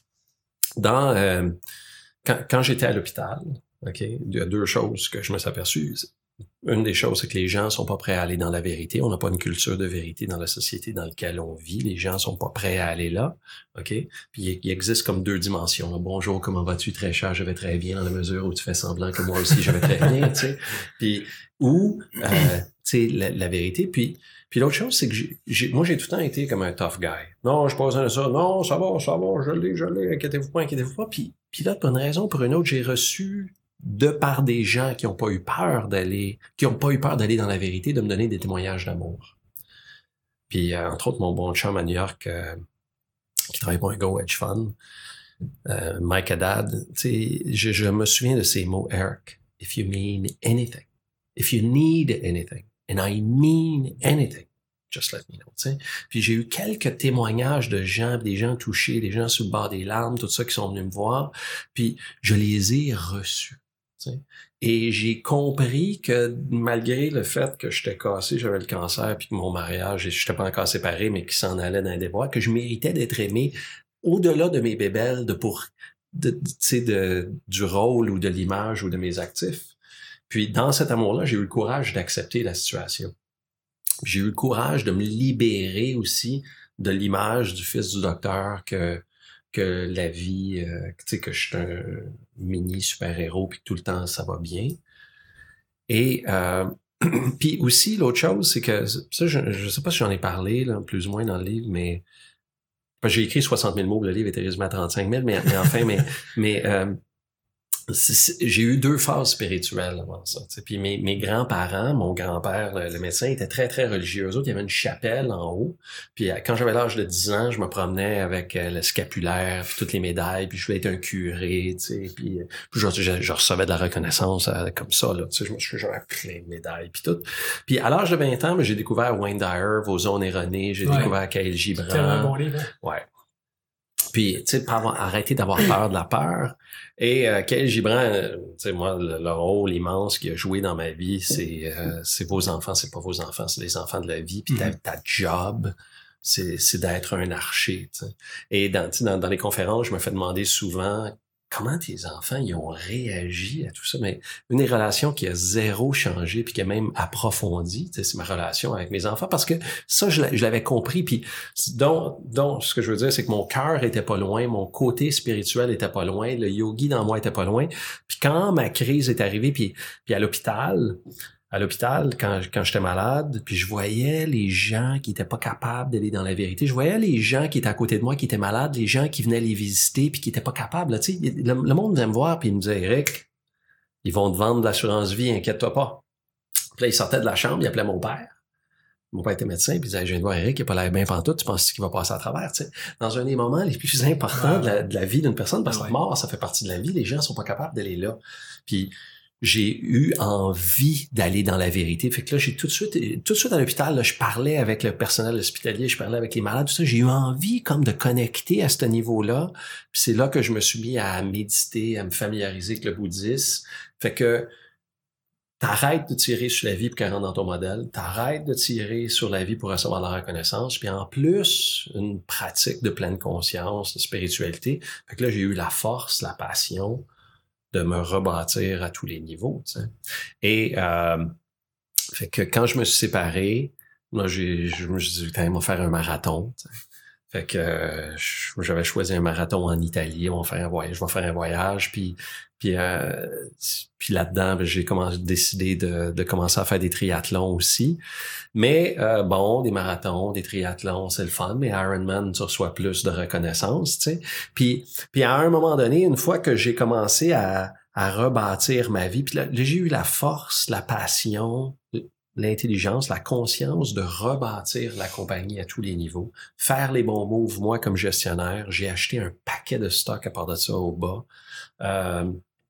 dans euh, quand, quand j'étais à l'hôpital, ok, il y a deux choses que je me suis aperçu. Une des choses, c'est que les gens sont pas prêts à aller dans la vérité. On n'a pas une culture de vérité dans la société dans laquelle on vit. Les gens sont pas prêts à aller là, ok. Puis il existe comme deux dimensions. Bonjour, comment vas-tu? Très cher, je vais très bien, dans la mesure où tu fais semblant que moi aussi je vais très bien, tu sais. Puis ou euh, tu sais la, la vérité. Puis puis l'autre chose, c'est que j'ai, j'ai, moi j'ai tout le temps été comme un tough guy. Non, je passe de ça. Non, ça va, ça va, je l'ai, je l'ai. Inquiétez-vous pas, inquiétez-vous pas. Puis puis là, pour une raison ou pour une autre, j'ai reçu de par des gens qui ont pas eu peur d'aller, qui ont pas eu peur d'aller dans la vérité, de me donner des témoignages d'amour. Puis, euh, entre autres, mon bon chum à New York, euh, qui travaille pour un Go Hedge Fund, euh, Mike Haddad, tu sais, je, je me souviens de ces mots, Eric, if you mean anything, if you need anything, and I mean anything, just let me know, tu sais. Puis j'ai eu quelques témoignages de gens, des gens touchés, des gens sur le bord des larmes, tout ça qui sont venus me voir, puis je les ai reçus. Et j'ai compris que malgré le fait que j'étais cassé, j'avais le cancer, puis que mon mariage, je n'étais pas encore séparé, mais qui s'en allait dans un déboire, que je méritais d'être aimé au-delà de mes bébelles, de pour, de, tu sais, de, du rôle ou de l'image ou de mes actifs. Puis dans cet amour-là, j'ai eu le courage d'accepter la situation. J'ai eu le courage de me libérer aussi de l'image du fils du docteur que que la vie, euh, tu sais, que je suis un mini super-héros puis que tout le temps ça va bien. Et euh, puis aussi l'autre chose, c'est que ça, je, je sais pas si j'en ai parlé là, plus ou moins dans le livre, mais j'ai écrit soixante mille mots, le livre était résumé à trente-cinq mille, mais, mais enfin, mais mais euh, c'est, c'est, j'ai eu deux phases spirituelles avant ça. T'sais. Puis mes, mes grands-parents, mon grand-père, le, le médecin, était très, très religieux. Eux autres, il y avait une chapelle en haut. Puis quand j'avais l'âge de dix ans, je me promenais avec euh, le scapulaire, puis toutes les médailles, puis je voulais être un curé, tu sais. Puis, puis je, je, je recevais de la reconnaissance euh, comme ça, là. Tu sais, je me suis j'avais plein de médailles, puis tout. Puis à l'âge de vingt ans, ben, j'ai découvert Wayne Dyer, Vos zones erronées. J'ai ouais. découvert Kyle Gibran. C'est un bon livre. Hein? Ouais. Puis, tu sais, pas avoir, arrêter d'avoir peur de la peur. Et euh, Kyle Gibran, tu sais, moi, le, le rôle immense qu'il a joué dans ma vie, c'est euh, c'est vos enfants, c'est pas vos enfants, c'est les enfants de la vie. Puis mm-hmm. ta, ta job, c'est c'est d'être un archer. Tu sais. Et dans, dans dans les conférences, je me fais demander souvent comment tes enfants ils ont réagi à tout ça. Mais une des relations qui a zéro changé puis qui a même approfondi, tu sais, c'est ma relation avec mes enfants parce que ça, je, je l'avais compris. Puis donc, donc, ce que je veux dire, c'est que mon cœur était pas loin, mon côté spirituel était pas loin, le yogi dans moi était pas loin. Puis quand ma crise est arrivée, puis, puis à l'hôpital, à l'hôpital, quand, quand j'étais malade, puis je voyais les gens qui étaient pas capables d'aller dans la vérité. Je voyais les gens qui étaient à côté de moi, qui étaient malades, les gens qui venaient les visiter, puis qui étaient pas capables. Là, tu sais, le, le monde venait me voir, puis il me disait, Eric, ils vont te vendre de l'assurance vie, inquiète-toi pas. Puis là, il sortait de la chambre, il appelait mon père. mon père était médecin, puis il disait, je viens de voir Éric, il n'a pas l'air bien pantoute, tu penses qu'il va passer à travers, tu sais. Dans un des moments les plus importants ouais. de, la, de la vie d'une personne, parce que ouais. la mort, ça fait partie de la vie, les gens sont pas capables d'aller là. Puis j'ai eu envie d'aller dans la vérité. Fait que là, j'ai tout de suite, tout de suite à l'hôpital, là, je parlais avec le personnel hospitalier, je parlais avec les malades, tout ça. J'ai eu envie comme de connecter à ce niveau-là. Puis c'est là que je me suis mis à méditer, à me familiariser avec le bouddhisme. Fait que t'arrêtes de tirer sur la vie pour qu'elle rentre dans ton modèle. T'arrêtes de tirer sur la vie pour recevoir la reconnaissance. Puis en plus, une pratique de pleine conscience, de spiritualité. Fait que là, j'ai eu la force, la passion de me rebâtir à tous les niveaux. Tu sais. Et euh, fait que quand je me suis séparé, moi, j'ai, je me suis dit, quand même, on va faire un marathon. Tu sais. Fait que euh, j'avais choisi un marathon en Italie, on va faire un voyage, je vais faire un voyage, puis puis euh, puis là-dedans, j'ai commencé décidé de, de commencer à faire des triathlons aussi. Mais euh, bon, des marathons, des triathlons, c'est le fun, mais Ironman, tu reçois plus de reconnaissance, tu sais. Puis puis à un moment donné, une fois que j'ai commencé à à rebâtir ma vie, puis là, j'ai eu la force, la passion, l'intelligence, la conscience de rebâtir la compagnie à tous les niveaux, faire les bons moves. Moi, comme gestionnaire, j'ai acheté un paquet de stocks à part de ça au bas. Euh,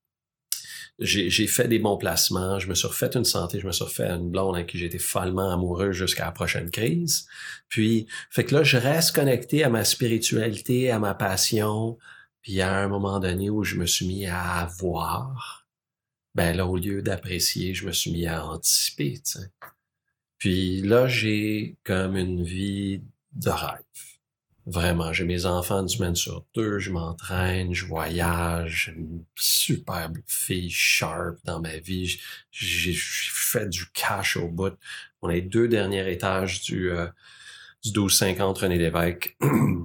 j'ai, j'ai fait des bons placements, je me suis refait une santé, je me suis refait une blonde avec qui j'étais follement amoureux jusqu'à la prochaine crise. Puis, fait que là, je reste connecté à ma spiritualité, à ma passion. Puis, à un moment donné où je me suis mis à avoir, ben là, au lieu d'apprécier, je me suis mis à anticiper, tu sais. Puis là, j'ai comme une vie de rêve. Vraiment, j'ai mes enfants une semaine sur deux, je m'entraîne, je voyage, j'ai une superbe fille sharp dans ma vie. J'ai, j'ai fait du cash au bout. On est deux derniers étages du, euh, du douze cinquante René Lévesque.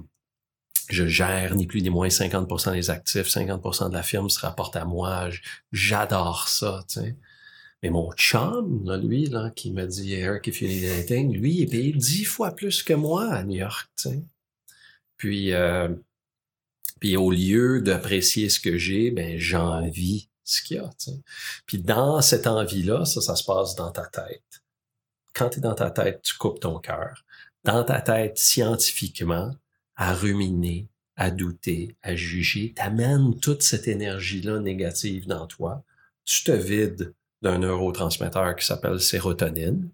Je gère ni plus ni moins cinquante pour cent des actifs, cinquante pour cent de la firme se rapporte à moi. J'adore ça, tu sais. Mais mon chum, là, lui, là, qui me dit « Eric, if you need anything », lui, il est payé dix fois plus que moi à New York, tu sais. Puis, euh, puis au lieu d'apprécier ce que j'ai, ben j'envie ce qu'il y a, tu sais. Puis dans cette envie-là, ça, ça se passe dans ta tête. Quand tu es dans ta tête, tu coupes ton cœur. Dans ta tête, scientifiquement, à ruminer, à douter, à juger, t'amènes toute cette énergie-là négative dans toi. Tu te vides d'un neurotransmetteur qui s'appelle sérotonine,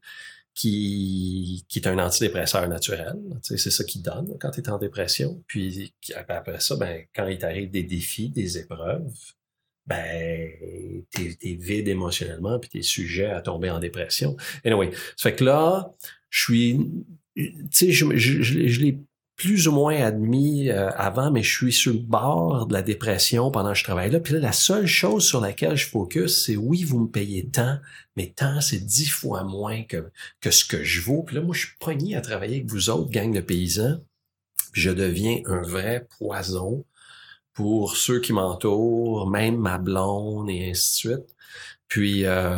qui, qui est un antidépresseur naturel. Tu sais, c'est ça qui donne quand tu es en dépression. Puis après ça, ben, quand il t'arrive des défis, des épreuves, ben, t'es, t'es vide émotionnellement puis t'es sujet à tomber en dépression. Anyway, ça fait que là, je suis... Tu sais, je, je, je, je l'ai plus ou moins admis euh, avant, mais je suis sur le bord de la dépression pendant que je travaille là. Puis là, la seule chose sur laquelle je focus, c'est oui, vous me payez tant, mais tant, c'est dix fois moins que, que ce que je vaux. Puis là, moi, je suis pogné à travailler avec vous autres, gang de paysans. Puis je deviens un vrai poison pour ceux qui m'entourent, même ma blonde et ainsi de suite. Puis... Euh,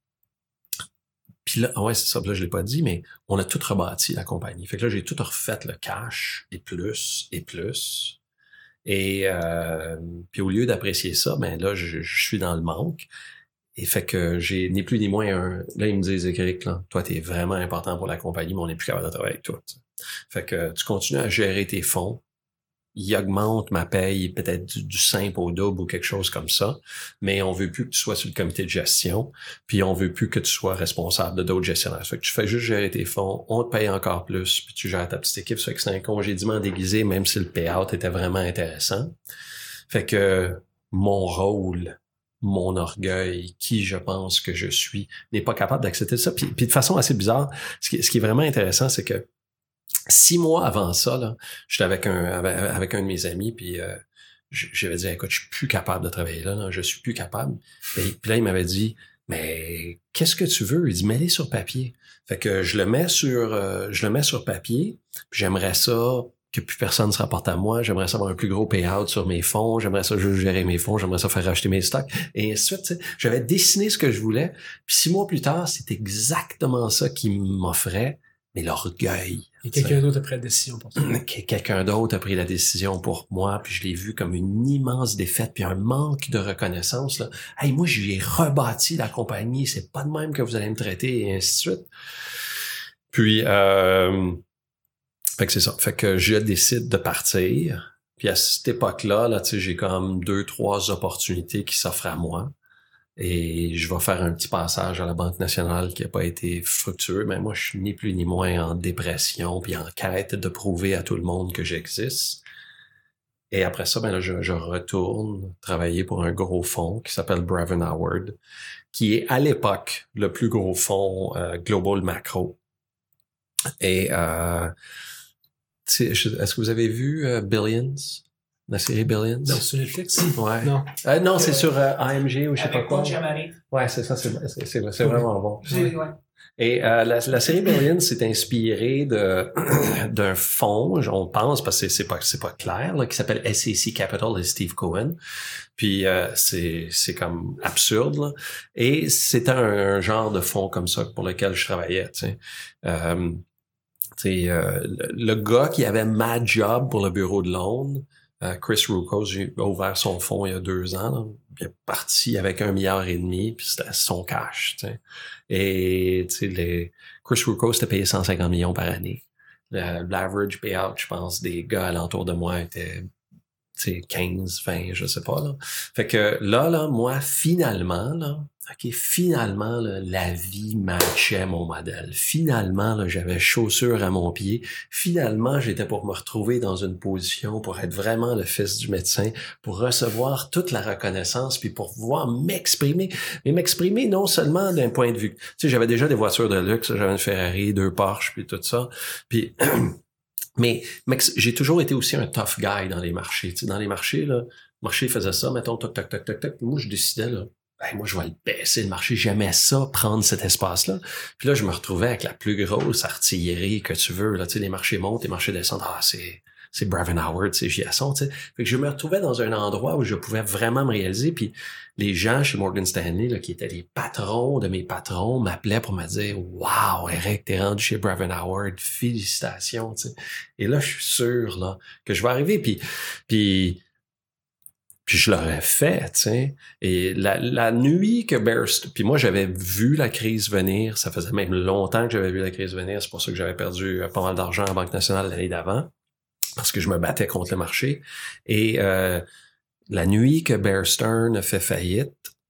Puis là, ouais, c'est ça, là, je l'ai pas dit, mais on a tout rebâti, la compagnie. Fait que là, j'ai tout refait le cash, et plus, et plus. Et euh, puis au lieu d'apprécier ça, ben là, je, je suis dans le manque. Et fait que j'ai ni plus ni moins un... Là, ils me disent, Éric, là, toi, t'es vraiment important pour la compagnie, mais on n'est plus capable de travailler avec toi. T'sais. Fait que tu continues à gérer tes fonds. Il augmente ma paye peut-être du, du simple au double ou quelque chose comme ça, mais on veut plus que tu sois sur le comité de gestion, puis on veut plus que tu sois responsable de d'autres gestionnaires. Fait que tu fais juste gérer tes fonds, on te paye encore plus, puis tu gères ta petite équipe. Ça fait que c'est un congédiement déguisé, même si le payout était vraiment intéressant. Fait que mon rôle, mon orgueil, qui je pense que je suis, n'est pas capable d'accepter ça. Puis, puis de façon assez bizarre, ce qui, ce qui est vraiment intéressant, c'est que Six mois avant ça, là, j'étais avec un avec, avec un de mes amis, puis euh, j'avais dit, écoute, je suis plus capable de travailler là, là je suis plus capable. Et puis là, il m'avait dit, mais qu'est-ce que tu veux? Il dit, mets-les sur papier. Fait que je le mets sur euh, je le mets sur papier, puis j'aimerais ça que plus personne se rapporte à moi, j'aimerais ça avoir un plus gros payout sur mes fonds, j'aimerais ça juste gérer mes fonds, j'aimerais ça faire racheter mes stocks, et ainsi de suite. J'avais dessiné ce que je voulais, puis six mois plus tard, c'est exactement ça qu'il m'offrait, mais l'orgueil. Et quelqu'un d'autre a pris la décision pour toi. Quelqu'un d'autre a pris la décision pour moi, puis je l'ai vu comme une immense défaite, puis un manque de reconnaissance. Là. Hey, moi, j'ai rebâti la compagnie, c'est pas de même que vous allez me traiter, et ainsi de suite. Puis, euh, fait que c'est ça. Fait que je décide de partir. Puis à cette époque-là, là, tu sais, j'ai comme deux, trois opportunités qui s'offrent à moi. Et je vais faire un petit passage à la Banque nationale qui n'a pas été fructueux. Mais moi, je suis ni plus ni moins en dépression puis en quête de prouver à tout le monde que j'existe. Et après ça, ben là, je, je retourne travailler pour un gros fonds qui s'appelle Braven Howard, qui est à l'époque le plus gros fonds euh, global macro. Et euh, est-ce que vous avez vu euh, Billions? La série Billions? Non, sur Netflix? Ouais. Non. Euh, non, c'est sur euh, A M G ou je sais pas quoi. Avec Ouais, c'est ça, c'est, c'est, c'est, c'est vraiment bon. Ouais. Ouais. Et euh, la, la série Billions s'est inspirée de d'un fonds, on pense, parce que c'est pas c'est pas clair, là, qui s'appelle S A C Capital et Steve Cohen. Puis euh, c'est c'est comme absurde, là. Et c'était un, un genre de fonds comme ça pour lequel je travaillais, tu sais. Euh, tu sais, euh, le, le gars qui avait ma job pour le bureau de Londres, euh, Chris Rucos, j'ai ouvert son fonds il y a deux ans, là. Il est parti avec un milliard et demi, puis c'était son cash, tu sais. Et, tu sais, les, Chris Rucos était payé cent cinquante millions par année. Le, l'average payout, je pense, des gars alentour de moi était, tu sais, quinze, vingt, je sais pas, là. Fait que là, là, moi, finalement, là, OK, finalement, là, la vie matchait mon modèle. Finalement, là, j'avais chaussures à mon pied. Finalement, j'étais pour me retrouver dans une position pour être vraiment le fils du médecin, pour recevoir toute la reconnaissance, puis pour pouvoir m'exprimer. Mais m'exprimer non seulement d'un point de vue... Tu sais, j'avais déjà des voitures de luxe, j'avais une Ferrari, deux Porsche, puis tout ça. Puis... Mais, mais j'ai toujours été aussi un tough guy dans les marchés. Tu sais, dans les marchés, là, le marché faisait ça, mettons, toc, toc, toc, toc, toc. Moi, je décidais, là, ben, moi, je vais le baisser, le marché. J'aimais ça, prendre cet espace-là. Puis là, je me retrouvais avec la plus grosse artillerie que tu veux. Là, tu sais, les marchés montent, les marchés descendent. Ah, c'est, c'est Braven Howard, c'est J S O, tu sais. Fait que je me retrouvais dans un endroit où je pouvais vraiment me réaliser. Puis les gens chez Morgan Stanley, là, qui étaient les patrons de mes patrons, m'appelaient pour me dire « Wow, Eric, t'es rendu chez Braven Howard. Félicitations, tu sais. » Et là, je suis sûr, là, que je vais arriver. Puis, puis, Puis je l'aurais fait, tu sais. Et la, la nuit que Bear Stearns... Puis moi, j'avais vu la crise venir. Ça faisait même longtemps que j'avais vu la crise venir. C'est pour ça que j'avais perdu pas mal d'argent à la Banque nationale l'année d'avant. Parce que je me battais contre le marché. Et euh, la nuit que Bear Stearns a fait faillite...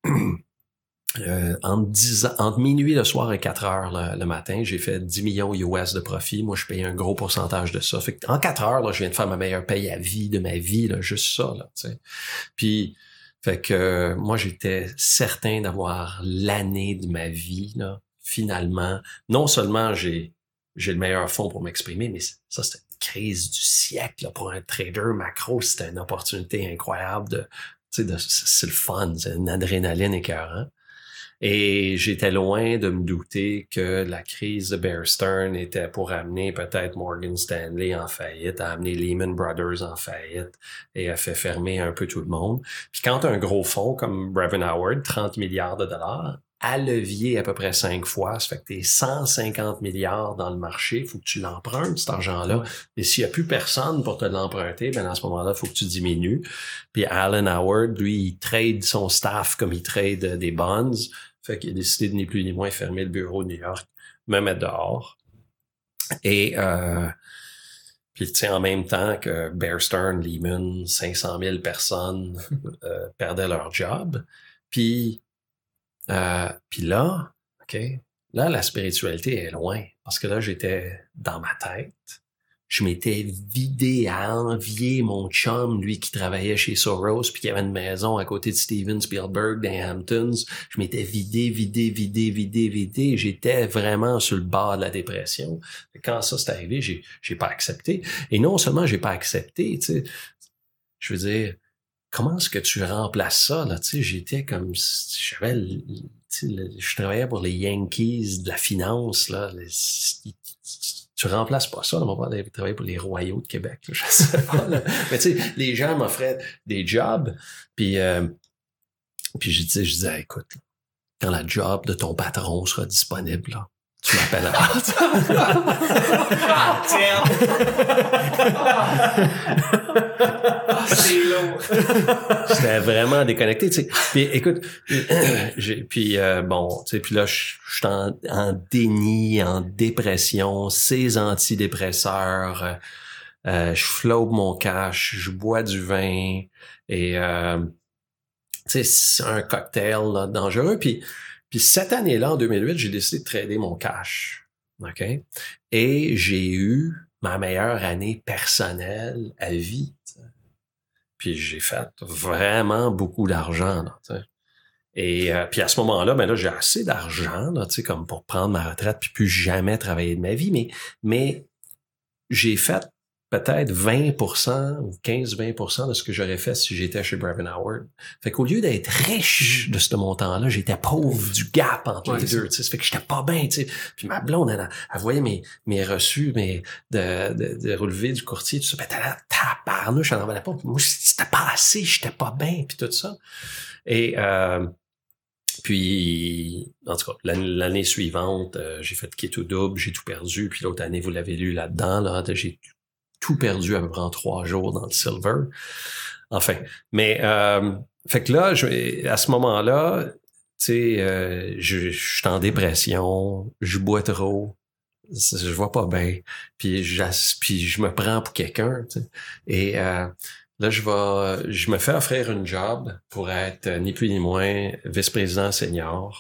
Euh, entre, dix, entre minuit le soir et quatre heures le, le matin, j'ai fait dix millions U S de profit. Moi, je payais un gros pourcentage de ça. Fait que en quatre heures, là, je viens de faire ma meilleure paye à vie de ma vie, là, juste ça, là, tu sais. Puis, fait que euh, moi, j'étais certain d'avoir l'année de ma vie, là, finalement. Non seulement j'ai j'ai le meilleur fonds pour m'exprimer, mais ça, c'était une crise du siècle, là, pour un trader macro. C'était une opportunité incroyable de, tu sais, de, c'est le fun, c'est une adrénaline écœurante. Et j'étais loin de me douter que la crise de Bear Stearns était pour amener peut-être Morgan Stanley en faillite, a amené Lehman Brothers en faillite et a fait fermer un peu tout le monde. Puis quand un gros fonds comme Braven Howard, trente milliards de dollars, à levier à peu près cinq fois, ça fait que t'es cent cinquante milliards dans le marché, il faut que tu l'empruntes, cet argent-là. Et s'il n'y a plus personne pour te l'emprunter, ben à ce moment-là, il faut que tu diminues. Puis Alan Howard, lui, il trade son staff comme il trade des bonds. Fait qu'il a décidé de ni plus ni moins fermer le bureau de New York, me mettre dehors. Et euh, puis tu sais, en même temps que Bear Stearns, Lehman, cinq cent mille personnes euh, perdaient leur job. Puis euh, puis là, OK, là, la spiritualité est loin. Parce que là, j'étais dans ma tête. Je m'étais vidé à envier mon chum, lui qui travaillait chez Soros, puis qui avait une maison à côté de Steven Spielberg dans les Hamptons. Je m'étais vidé, vidé, vidé, vidé, vidé. J'étais vraiment sur le bord de la dépression. Quand ça s'est arrivé, j'ai, j'ai pas accepté. Et non seulement j'ai pas accepté, tu sais, je veux dire, comment est-ce que tu remplaces ça, là, tu sais, j'étais comme, j'avais, tu sais, je travaillais pour les Yankees de la finance, là, les, tu remplaces pas ça. Là, mon père avait travaillé pour les Royaux de Québec. Là, je sais pas. Là. Mais tu sais, les gens m'offraient des jobs. Puis, euh, puis je disais, je disais, écoute, quand la job de ton patron sera disponible, là, tu m'appelles à C'est lourd. J'étais vraiment déconnecté, tu sais. Puis écoute, j'ai, puis euh, bon, tu sais, puis là, je suis en, en déni, en dépression, ces antidépresseurs, euh, je flobe mon cash, je bois du vin et euh, tu sais, c'est un cocktail là, dangereux. Puis puis cette année-là, en deux mille huit, j'ai décidé de trader mon cash, ok. Et j'ai eu ma meilleure année personnelle à vie. T'sais. Puis j'ai fait vraiment beaucoup d'argent, là, tu sais. Et euh, puis à ce moment-là, ben là, j'ai assez d'argent, là, tu sais, comme pour prendre ma retraite puis plus jamais travailler de ma vie. Mais, mais j'ai fait peut-être vingt pour cent ou quinze à vingt pour cent de ce que j'aurais fait si j'étais chez Brevin Howard. Fait qu'au lieu d'être riche de ce montant-là, j'étais pauvre du gap entre ouais, les deux. Tu sais, ça fait que j'étais pas bien. Tu sais. Puis ma blonde, elle, elle voyait mes mes reçus, mes de de, de relevés du courtier, tout ça. Ben t'as la tabarnouche, elle en valait pas. Moi, c'était pas assez, j'étais pas bien, puis tout ça. Et euh, puis, en tout cas, l'année, l'année suivante, euh, j'ai fait kit ou double, j'ai tout perdu. Puis l'autre année, vous l'avez lu là-dedans, là, j'ai tout perdu à peu près en trois jours dans le silver. Enfin, mais euh, fait que là, je, à ce moment-là, tu sais, euh, je, je suis en dépression, je bois trop, je vois pas bien, puis, puis je me prends pour quelqu'un, tu sais. Et euh, là, je vais, je me fais offrir une job pour être ni plus ni moins vice-président senior.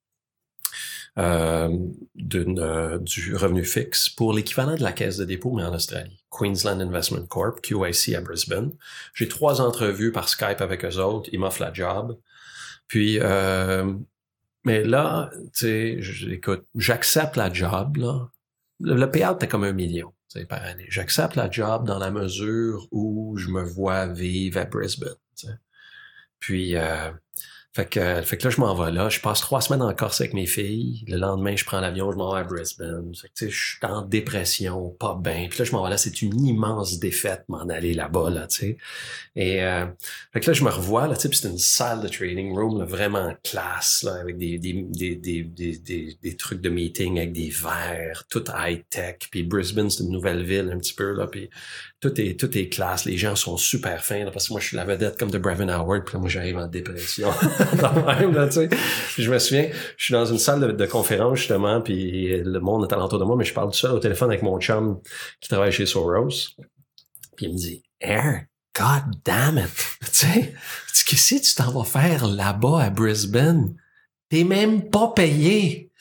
Euh, d'une, euh, du revenu fixe pour l'équivalent de la caisse de dépôt, mais en Australie. Queensland Investment Corp, Q I C à Brisbane. J'ai trois entrevues par Skype avec eux autres. Ils m'offrent la job. Puis, euh, mais là, tu sais, écoute, j'accepte la job, là. Le, le payout était comme un million, tu sais, par année. J'accepte la job dans la mesure où je me vois vivre à Brisbane, tu sais. Puis, euh, Fait que, fait que là, je m'en vais là. Je passe trois semaines en Corse avec mes filles. Le lendemain, je prends l'avion, je m'en vais à Brisbane. Fait que, tu sais, je suis en dépression, pas bien. Puis là, je m'en vais là. C'est une immense défaite m'en aller là-bas, là, tu sais. Et, euh, fait que là, je me revois, là, tu sais, puis c'est une salle de trading room, là, vraiment classe, là, avec des, des, des, des, des, des, des trucs de meeting avec des verres, tout high-tech. Puis Brisbane, c'est une nouvelle ville, un petit peu, là, puis tout est, tout est classe. Les gens sont super fins, là, parce que moi, je suis la vedette comme de Brevin Howard, puis là, moi, j'arrive en dépression. Même, là, tu sais. Puis je me souviens, je suis dans une salle de, de conférence, justement, puis le monde est alentour de moi, mais je parle tout seul au téléphone avec mon chum qui travaille chez Soros. Puis il me dit, Air, God damn it! Tu sais, qu'est-ce que tu t'en vas faire là-bas à Brisbane? T'es même pas payé!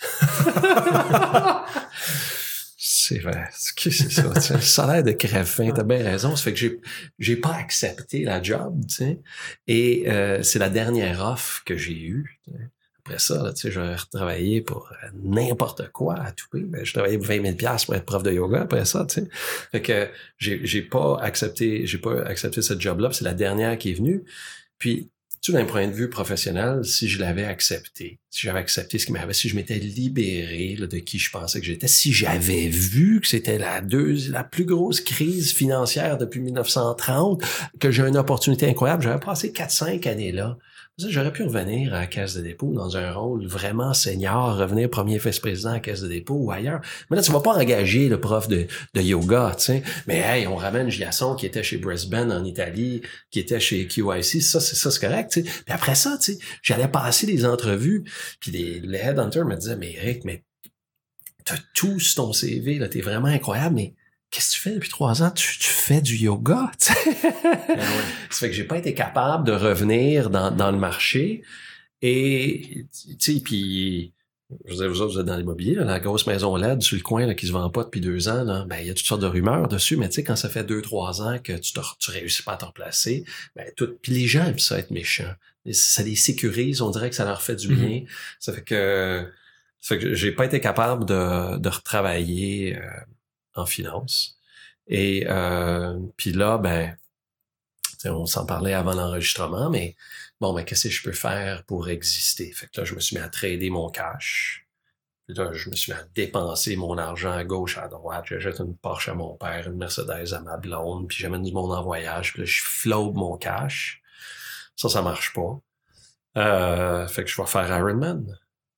C'est vrai. Qu'est-ce que c'est ça? T'sais, le salaire de crève-faim, t'as bien raison. Ça fait que j'ai j'ai pas accepté la job, tu sais. Et euh, c'est la dernière offre que j'ai eue. T'sais. Après ça, là, tu sais, j'aurais retravaillé pour n'importe quoi à tout prix. Ben, je travaillais pour vingt mille dollars pour être prof de yoga après ça, tu sais. Fait que j'ai j'ai pas accepté, j'ai pas accepté cette job-là. C'est la dernière qui est venue. Puis tu d'un point de vue professionnel, si je l'avais accepté, si j'avais accepté ce qui m'arrivait, si je m'étais libéré là, de qui je pensais que j'étais, si j'avais vu que c'était la deux, la plus grosse crise financière depuis mille neuf cent trente, que j'ai une opportunité incroyable, j'aurais passé quatre cinq années là. J'aurais pu revenir à la Caisse de dépôt dans un rôle vraiment senior, revenir premier vice-président à la Caisse de dépôt ou ailleurs. Mais là, tu vas pas engager le prof de, de yoga, tu sais. Mais hey, on ramène Giasson qui était chez Brisbane en Italie, qui était chez Q I C, ça, c'est ça, c'est correct, tu sais. Puis après ça, tu sais, j'allais passer des entrevues, puis les, les headhunters me disaient, mais Eric, mais t'as tout sur ton C V, là, t'es vraiment incroyable, mais qu'est-ce que tu fais depuis trois ans? Tu, tu fais du yoga, tu sais. Ben ouais. Ça fait que j'ai pas été capable de revenir dans, dans le marché. Et, tu sais, puis, je veux dire, vous autres, vous êtes dans l'immobilier, là, la grosse maison L E D sur le coin, là, qui se vend pas depuis deux ans, là, ben, il y a toutes sortes de rumeurs dessus, mais tu sais, quand ça fait deux, trois ans que tu te, tu réussis pas à te replacer, ben, tout, puis les gens aiment ça être méchants. Ça les sécurise, on dirait que ça leur fait du bien. Mm-hmm. Ça fait que, ça fait que j'ai pas été capable de, de retravailler, euh, en finance. Et euh, puis là, ben, on s'en parlait avant l'enregistrement, mais bon, ben, qu'est-ce que je peux faire pour exister? Fait que là, je me suis mis à trader mon cash. Puis là, je me suis mis à dépenser mon argent à gauche, à droite. J'achète une Porsche à mon père, une Mercedes à ma blonde, puis j'amène du monde en voyage, puis là, je flobe mon cash. Ça, ça marche pas. Euh, fait que je vais faire Ironman.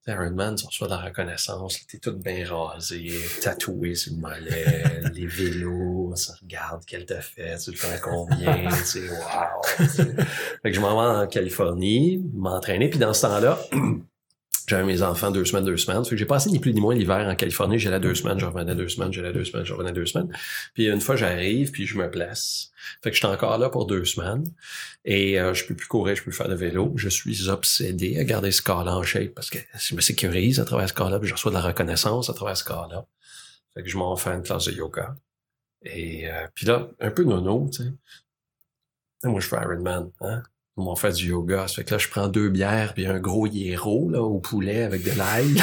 Ironman, tu reçois de la reconnaissance, t'es tout bien rasé, tatoué sur le mollet, les vélos, on se regarde quel t'as fait, tu le fais à combien, tu sais, wow. Fait que je m'en vais en Californie, m'entraîner, puis dans ce temps-là, j'avais mes enfants deux semaines, deux semaines. Fait que j'ai passé ni plus ni moins l'hiver en Californie. J'allais deux semaines, je revenais deux semaines, j'allais deux semaines, je revenais deux semaines. Puis une fois, j'arrive, puis je me blesse. Fait que j'étais encore là pour deux semaines. Et euh, je peux plus courir, je peux plus faire de vélo. Je suis obsédé à garder ce corps-là en shape parce que je me sécurise à travers ce corps-là, puis je reçois de la reconnaissance à travers ce corps-là. Fait que je m'en fais une classe de yoga. Et euh, puis là, un peu nono, tu sais. Moi, je fais Ironman, hein. On m'en fait du yoga. Ça fait que là, je prends deux bières puis un gros hiero, là, au poulet avec de l'ail.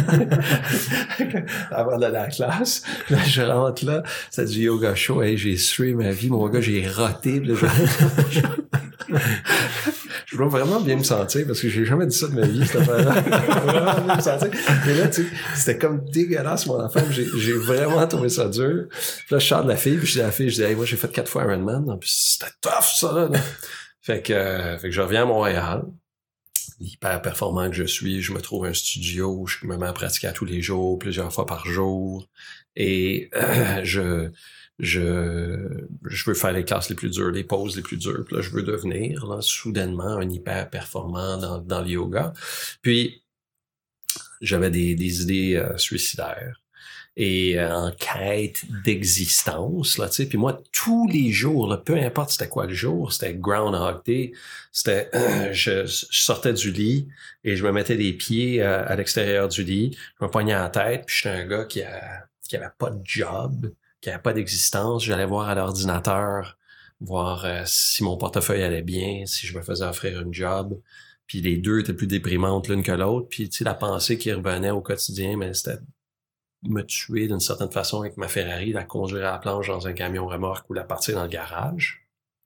Avant d'aller à la classe. Là, je rentre là. C'est du yoga show. Hey, j'ai sué ma vie. Mon gars, j'ai roté. Là, je... je dois vraiment bien me sentir parce que j'ai jamais dit ça de ma vie, cette affaire-là. Vraiment bien me sentir. Mais là, tu sais, c'était comme dégueulasse, mon enfant. J'ai, j'ai vraiment trouvé ça dur. Puis là, je sors de la fille puis je dis à la fille, je dis, hey, moi, j'ai fait quatre fois Ironman. Puis c'était tough, ça, là. là. Fait que, euh, fait que je reviens à Montréal, hyper performant que je suis, je me trouve un studio, je me mets à pratiquer tous les jours, plusieurs fois par jour, et euh, je je je veux faire les classes les plus dures, les pauses les plus dures, puis là je veux devenir là, soudainement un hyper performant dans, dans le yoga. Puis j'avais des, des idées euh, suicidaires. Et euh, en quête d'existence, là, tu sais. Puis moi, tous les jours, là, peu importe c'était quoi le jour, c'était Groundhog Day, c'était, euh, je, je sortais du lit et je me mettais les pieds euh, à l'extérieur du lit, je me poignais la tête, puis j'étais un gars qui a, qui avait pas de job, qui avait pas d'existence. J'allais voir à l'ordinateur, voir euh, si mon portefeuille allait bien, si je me faisais offrir une job. Puis les deux étaient plus déprimantes l'une que l'autre. Puis tu sais, la pensée qui revenait au quotidien, mais c'était me tuer d'une certaine façon avec ma Ferrari, la conduire à la planche dans un camion remorque ou la partir dans le garage.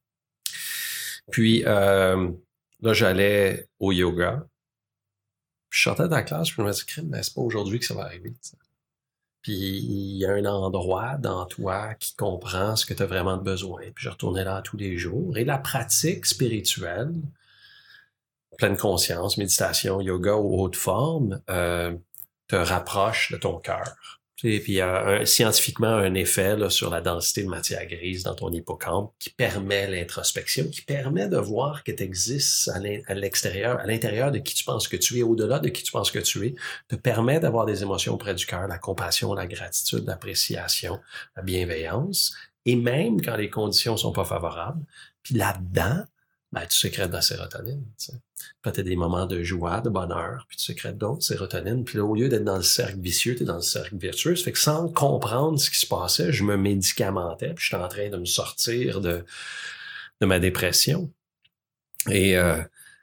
Puis euh, là, j'allais au yoga. Puis je sortais de la classe, puis je me dis, crème, mais c'est pas aujourd'hui que ça va arriver. T'sais. Puis il y a un endroit dans toi qui comprend ce que tu as vraiment de besoin. Puis je retournais là tous les jours. Et la pratique spirituelle, pleine conscience, méditation, yoga ou haute forme, euh, te rapproche de ton cœur. Et puis il y a un, scientifiquement un effet là, sur la densité de matière grise dans ton hippocampe qui permet l'introspection, qui permet de voir que tu existes à l'extérieur, à l'intérieur de qui tu penses que tu es, au-delà de qui tu penses que tu es, te permet d'avoir des émotions près du cœur, la compassion, la gratitude, l'appréciation, la bienveillance, et même quand les conditions sont pas favorables. Puis là-dedans, ben, tu sécrètes de la sérotonine. Tu sais. Puis tu as des moments de joie, de bonheur, puis tu sécrètes d'autres sérotonine. Puis là, au lieu d'être dans le cercle vicieux, tu es dans le cercle vertueux. Ça fait que sans comprendre ce qui se passait, je me médicamentais, puis j'étais en train de me sortir de, de ma dépression. Et euh,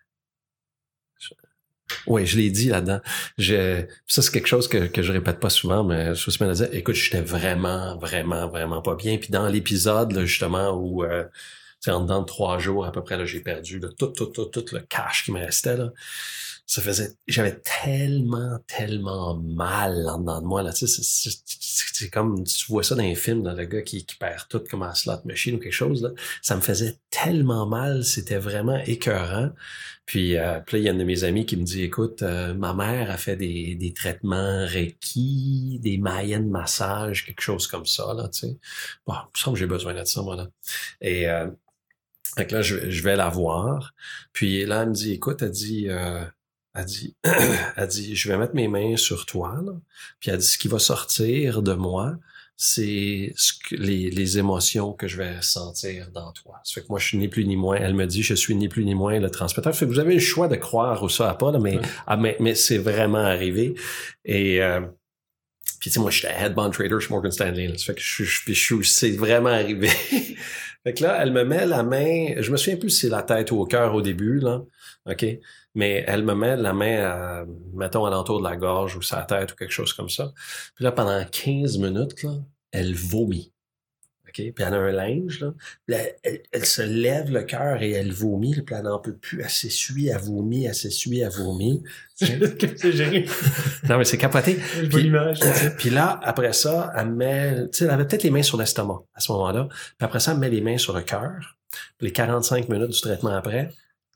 je, oui, je l'ai dit là-dedans. Je, ça, c'est quelque chose que, que je répète pas souvent, mais je me suis mis à dire, écoute, j'étais vraiment, vraiment, vraiment pas bien. Puis dans l'épisode, là, justement, où... Euh, en dedans de trois jours, à peu près, là, j'ai perdu là, tout, tout, tout, tout le cash qui me restait, là. Ça faisait, j'avais tellement, tellement mal en dedans de moi, là. Tu sais, c'est, c'est, c'est comme, tu vois ça dans les films, dans le gars qui, qui perd tout comme un slot machine ou quelque chose, là. Ça me faisait tellement mal, c'était vraiment écœurant. Puis, euh, puis là, il y a une de mes amies qui me dit, écoute, euh, ma mère a fait des, des traitements Reiki, des Mayen massage, quelque chose comme ça, là, tu sais. Bon, il me semble que j'ai besoin de ça, moi, là. Et, euh, donc là, je, je vais la voir. Puis là, elle me dit, écoute, elle dit, euh, elle dit, elle dit, je vais mettre mes mains sur toi, là. Puis elle dit, ce qui va sortir de moi, c'est ce que, les, les émotions que je vais sentir dans toi. Ça fait que moi, je suis ni plus ni moins. Elle me dit, je suis ni plus ni moins le transmetteur. Ça fait que vous avez le choix de croire ou ça à pas, là, mais, ouais. ah, mais, mais c'est vraiment arrivé. Et, euh, puis tu sais, moi, j'étais headband trader chez Morgan Stanley, là. Ça fait que je, je, je, je c'est vraiment arrivé. Fait que là, elle me met la main, je me souviens plus si c'est la tête ou au cœur au début, là, OK? Mais elle me met la main, à, mettons, alentour de la gorge ou sa tête ou quelque chose comme ça. Puis là, pendant quinze minutes, là, elle vomit. OK? Puis elle a un linge, là. Puis elle, elle, elle se lève le cœur et elle vomit. Puis elle n'en peut plus. Elle s'essuie, elle vomit, elle s'essuie, elle vomit. C'est génial. Non, mais c'est capoté. Je vois l'image. Puis là, après ça, elle met... Tu sais, elle avait peut-être les mains sur l'estomac à ce moment-là. Puis après ça, elle met les mains sur le cœur. Puis les quarante-cinq minutes du traitement après,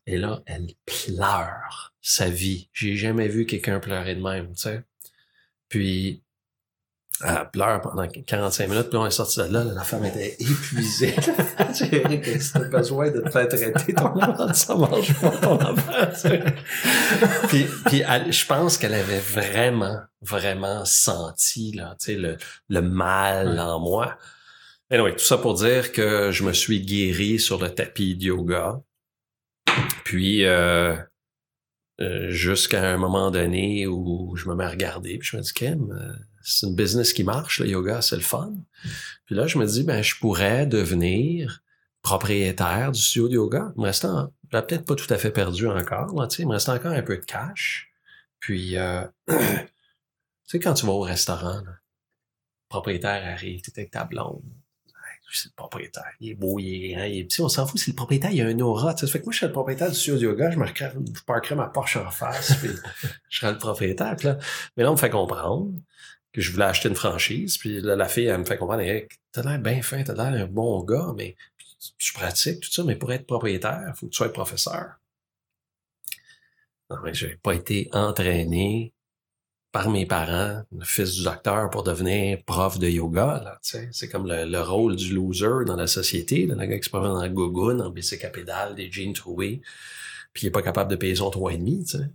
Et là, elle pleure sa vie. J'ai jamais vu quelqu'un pleurer de même, tu sais. Puis, elle pleure pendant quarante-cinq minutes, puis on est sorti de là, là, la femme était épuisée. J'ai dit que si t'as besoin de te faire traiter ton enfant, ça mange pas ton enfant. puis, puis elle, je pense qu'elle avait vraiment, vraiment senti là, tu sais, le, le mal ouais. en moi. Et anyway, tout ça pour dire que je me suis guéri sur le tapis de yoga. Puis, euh, euh, jusqu'à un moment donné où je me mets à regarder, puis je me dis, Kim, euh, c'est une business qui marche, le yoga, c'est le fun. Puis là, je me dis, ben, je pourrais devenir propriétaire du studio de yoga. Il me restait, en, peut-être pas tout à fait perdu encore, là, tu sais, il me restait encore un peu de cash. Puis, euh, tu sais, quand tu vas au restaurant, là, le propriétaire arrive, tu es avec ta blonde. C'est le propriétaire. Il est beau, il est, hein, il est petit. On s'en fout, c'est le propriétaire, il y a un aura. Tu sais, ça fait que moi, je suis le propriétaire du studio de yoga, je me recrée, je parquerai ma Porsche en face, puis je serai le propriétaire. Puis là, mais là, on me fait comprendre que je voulais acheter une franchise. Puis là, la fille, elle me fait comprendre, hey, t'as l'air bien fin, t'as l'air un bon gars, mais je pratique tout ça, mais pour être propriétaire, il faut que tu sois professeur. Non, mais j'ai pas été entraîné par mes parents, le fils du docteur, pour devenir prof de yoga, là, tu sais. C'est comme le, le rôle du loser dans la société, là, le gars qui se promène dans la gougoune, en bicycle à pédale, des jeans troués, puis il est pas capable de payer son trois et demi, tu sais.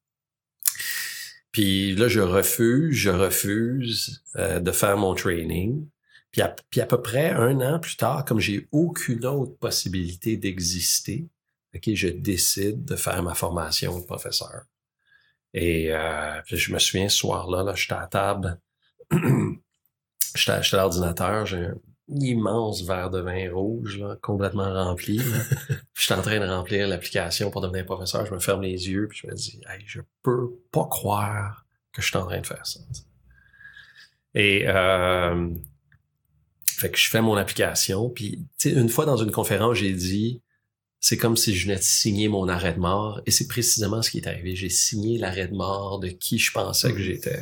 Puis là, je refuse, je refuse euh, de faire mon training. Puis à, puis à peu près un an plus tard, comme j'ai aucune autre possibilité d'exister, ok, je décide de faire ma formation de professeur. Et euh, puis je me souviens, ce soir-là, là, j'étais à table, j'étais, j'étais à l'ordinateur, j'ai un immense verre de vin rouge, là, complètement rempli. Là. Puis j'étais en train de remplir l'application pour devenir professeur. Je me ferme les yeux, puis je me dis, hey, je peux pas croire que je suis en train de faire ça. Et euh, fait que je fais mon application, puis tu sais, une fois dans une conférence, j'ai dit, c'est comme si je venais de signer mon arrêt de mort, et c'est précisément ce qui est arrivé. J'ai signé l'arrêt de mort de qui je pensais que j'étais.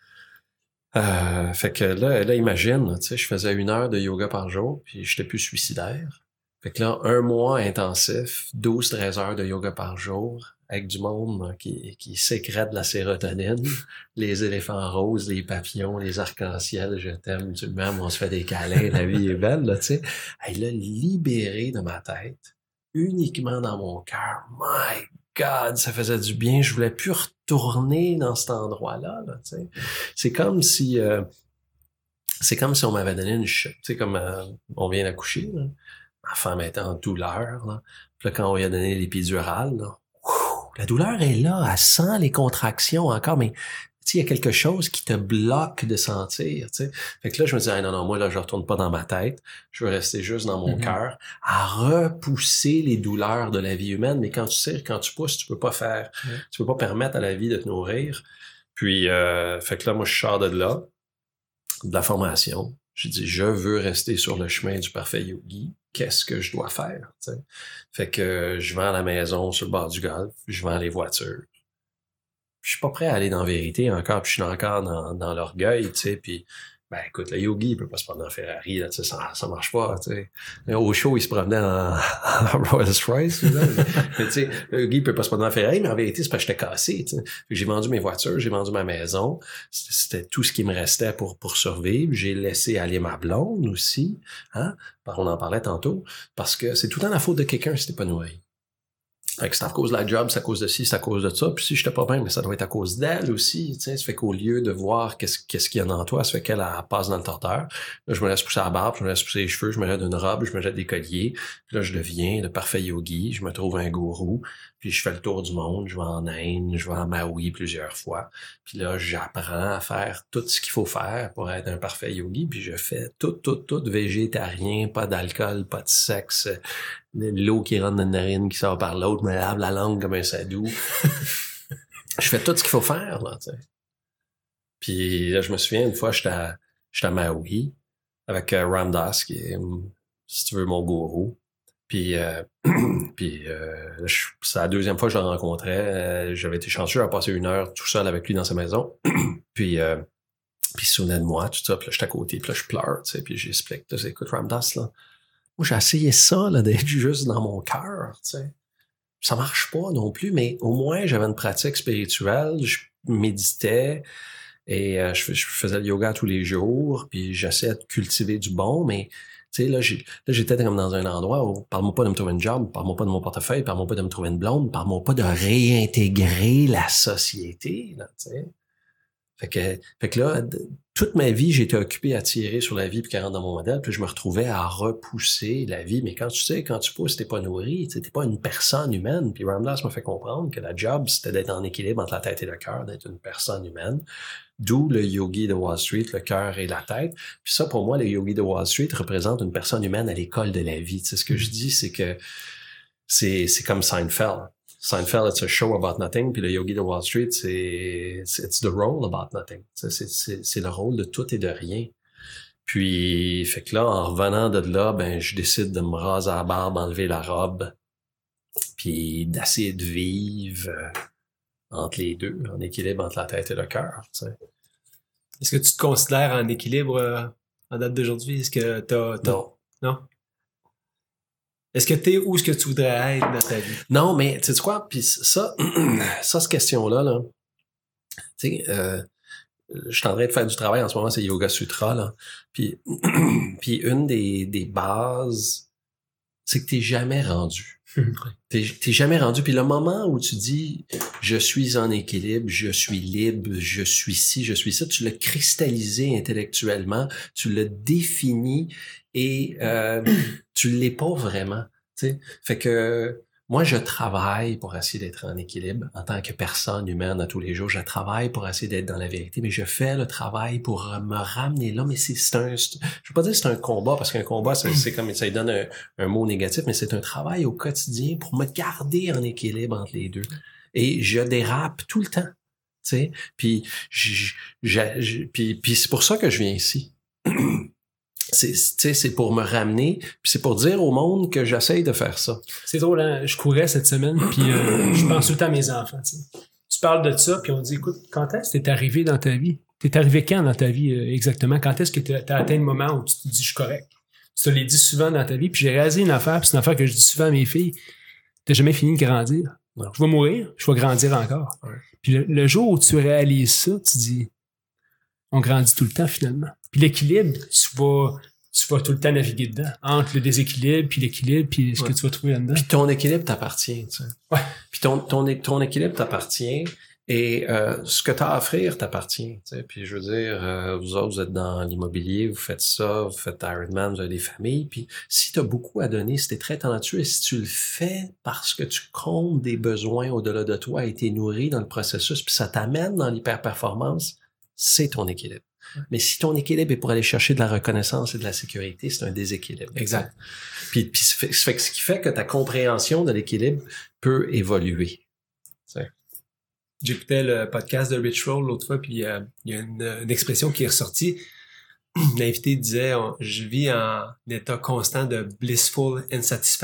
Euh, fait que là, là, imagine, tu sais, je faisais une heure de yoga par jour, puis j'étais plus suicidaire. Fait que là, un mois intensif, douze à treize heures de yoga par jour, avec du monde qui, qui sécrète de la sérotonine, les éléphants roses, les papillons, les arcs-en-ciel, je t'aime, tu m'aimes, on se fait des câlins, la vie est belle, là, tu sais. Elle l'a libéré de ma tête, uniquement dans mon cœur. My God, ça faisait du bien. Je voulais plus retourner dans cet endroit-là. Là, tu sais. C'est comme si, euh, c'est comme si on m'avait donné une chute. Tu sais, comme euh, on vient d'accoucher. Là. Ma femme était en douleur. Là. Puis là, quand on lui a donné l'épidurale, là, ouf, la douleur est là. Elle sent les contractions encore, mais il y a quelque chose qui te bloque de sentir, tu sais. Fait que là, je me dis, ah, non, non, moi, là, je retourne pas dans ma tête. Je veux rester juste dans mon mm-hmm. cœur, à repousser les douleurs de la vie humaine. Mais quand tu tires, quand tu pousses, tu peux pas faire, mm-hmm. tu peux pas permettre à la vie de te nourrir. Puis, euh, fait que là, moi, je sors de là, de la formation. J'ai dit, je veux rester sur le chemin du parfait yogi. Qu'est-ce que je dois faire, tu sais? Fait que je vends la maison sur le bord du golfe. Je vends les voitures. Je suis pas prêt à aller dans la vérité encore, puis je suis encore dans, dans l'orgueil, tu sais, puis ben écoute, le yogi, il peut pas se prendre en Ferrari, là, tu sais, ça, ça marche pas, tu sais. Au show, il se promenait en, en Rolls-Royce, là, mais tu sais, le yogi, il peut pas se prendre en Ferrari, mais en vérité, c'est parce que j'étais cassé, tu sais. J'ai vendu mes voitures, j'ai vendu ma maison, c'était tout ce qui me restait pour pour survivre. J'ai laissé aller ma blonde aussi, hein, on en parlait tantôt, parce que c'est tout le temps la faute de quelqu'un si t'es pas nourri. Fait que c'est à cause de la job, c'est à cause de ci, c'est à cause de ça. Puis si j'étais pas bien, mais ça doit être à cause d'elle aussi. Tu sais, ça fait qu'au lieu de voir qu'est-ce, qu'est-ce qu'il y a dans toi, ça fait qu'elle elle passe dans le torteur. Là, je me laisse pousser la barbe, je me laisse pousser les cheveux, je me jette une robe, je me jette des colliers. Puis là, je deviens le parfait yogi. Je me trouve un gourou. Puis je fais le tour du monde. Je vais en Inde, je vais en Maui plusieurs fois. Puis là, j'apprends à faire tout ce qu'il faut faire pour être un parfait yogi. Puis je fais tout, tout, tout végétarien, pas d'alcool, pas de sexe. L'eau qui rentre dans une narine, qui sort par l'autre, me lave la langue comme un sadou. Je fais tout ce qu'il faut faire, là, tu sais. Puis là, je me souviens, une fois, j'étais à, j'étais à Maui avec euh, Ram Dass, qui est, si tu veux, mon gourou. Puis, euh, puis euh, je, c'est la deuxième fois que je le rencontrais. Euh, j'avais été chanceux à passer une heure tout seul avec lui dans sa maison. puis, euh, puis il se souvenait de moi, tout ça. Puis là, j'étais à côté. Puis là, je pleure, tu sais. Puis j'explique, tu sais, écoute, Ram Dass, là, moi, j'ai essayé ça, là, d'être juste dans mon cœur, tu sais. ça marche pas non plus, mais au moins j'avais une pratique spirituelle, je méditais et euh, je, je faisais le yoga tous les jours, puis j'essayais de cultiver du bon, mais tu sais, là, j'ai, là, j'étais comme dans un endroit où parle-moi pas de me trouver un job, parle-moi pas de mon portefeuille, parle-moi pas de me trouver une blonde, parle-moi pas de réintégrer la société, là, tu sais. Fait que, fait que là, d- toute ma vie, j'étais occupé à tirer sur la vie puis qu'à rentrer dans mon modèle, puis je me retrouvais à repousser la vie. Mais quand tu sais, quand tu pousses, t'es pas nourri, tu sais, t'es pas une personne humaine. Puis Ram Dass m'a fait comprendre que la job, c'était d'être en équilibre entre la tête et le cœur, d'être une personne humaine. D'où le yogi de Wall Street, le cœur et la tête. Puis ça, pour moi, le yogi de Wall Street représente une personne humaine à l'école de la vie. Tu sais, ce que je dis, c'est que c'est, c'est comme Seinfeld. Seinfeld, it's a show about nothing, puis le yogi de Wall Street, c'est, c'est it's the role about nothing. C'est, c'est, c'est le rôle de tout et de rien. Puis, fait que là, en revenant de là, ben, je décide de me raser la barbe, enlever la robe, puis d'essayer de vivre euh, entre les deux, en équilibre entre la tête et le cœur, tu sais. Est-ce que tu te considères en équilibre euh, en date d'aujourd'hui? Est-ce que t'as... t'as... Non. Non? Est-ce que t'es où est-ce que tu voudrais être dans ta vie? Non, mais tu sais quoi? Puis ça, ça, cette question-là, là, tu sais, euh, je suis en train de faire du travail en ce moment, c'est Yoga Sutra, là. Puis, puis une des, des bases, c'est que t'es jamais rendu. T'es, t'es jamais rendu. Puis le moment où tu dis « je suis en équilibre, je suis libre, je suis ci, je suis ça », tu l'as cristallisé intellectuellement, tu l'as défini et euh, tu l'es pas vraiment. T'sais. Fait que moi, je travaille pour essayer d'être en équilibre en tant que personne humaine à tous les jours. Je travaille pour essayer d'être dans la vérité, mais je fais le travail pour me ramener là. Mais c'est, c'est un, c'est, je veux pas dire que c'est un combat, parce qu'un combat, c'est, c'est comme ça lui donne un, un mot négatif, mais c'est un travail au quotidien pour me garder en équilibre entre les deux. Et je dérape tout le temps, tu sais. Puis, je, je, je, puis, puis c'est pour ça que je viens ici. C'est, c'est pour me ramener, puis c'est pour dire au monde que j'essaye de faire ça. C'est drôle, hein? Je courais cette semaine, puis euh, je pense tout le temps à mes enfants. T'sais. Tu parles de ça, puis on dit, écoute, quand est-ce que t'es arrivé dans ta vie? T'es arrivé quand dans ta vie euh, exactement? Quand est-ce que t'as, t'as atteint le moment où tu te dis, je suis correct? Tu te l'as dit souvent dans ta vie, puis j'ai réalisé une affaire, puis c'est une affaire que je dis souvent à mes filles. T'as jamais fini de grandir. Non. Je vais mourir, je vais grandir encore. Ouais. Puis le, le jour où tu réalises ça, tu dis, on grandit tout le temps finalement. Puis l'équilibre, tu vas, tu vas tout le temps naviguer dedans. Entre le déséquilibre, puis l'équilibre, puis ce ouais. que tu vas trouver là-dedans. Puis ton équilibre t'appartient, tu sais. Ouais. Puis ton, ton, ton équilibre t'appartient et euh, ce que tu as à offrir t'appartient, tu sais. Puis je veux dire, euh, vous autres, vous êtes dans l'immobilier, vous faites ça, vous faites Ironman, vous avez des familles. Puis si tu as beaucoup à donner, si tu es très talentueux et si tu le fais parce que tu comptes des besoins au-delà de toi et tu es nourri dans le processus, puis ça t'amène dans l'hyper-performance, c'est ton équilibre. Mais si ton équilibre est pour aller chercher de la reconnaissance et de la sécurité, c'est un déséquilibre. Exact. Puis, puis ce, fait, ce qui fait que ta compréhension de l'équilibre peut évoluer. T'sais. J'écoutais le podcast de Rich Roll l'autre fois, puis euh, il y a une, une expression qui est ressortie. L'invité disait « Je vis en état constant de blissful insatisfaction ».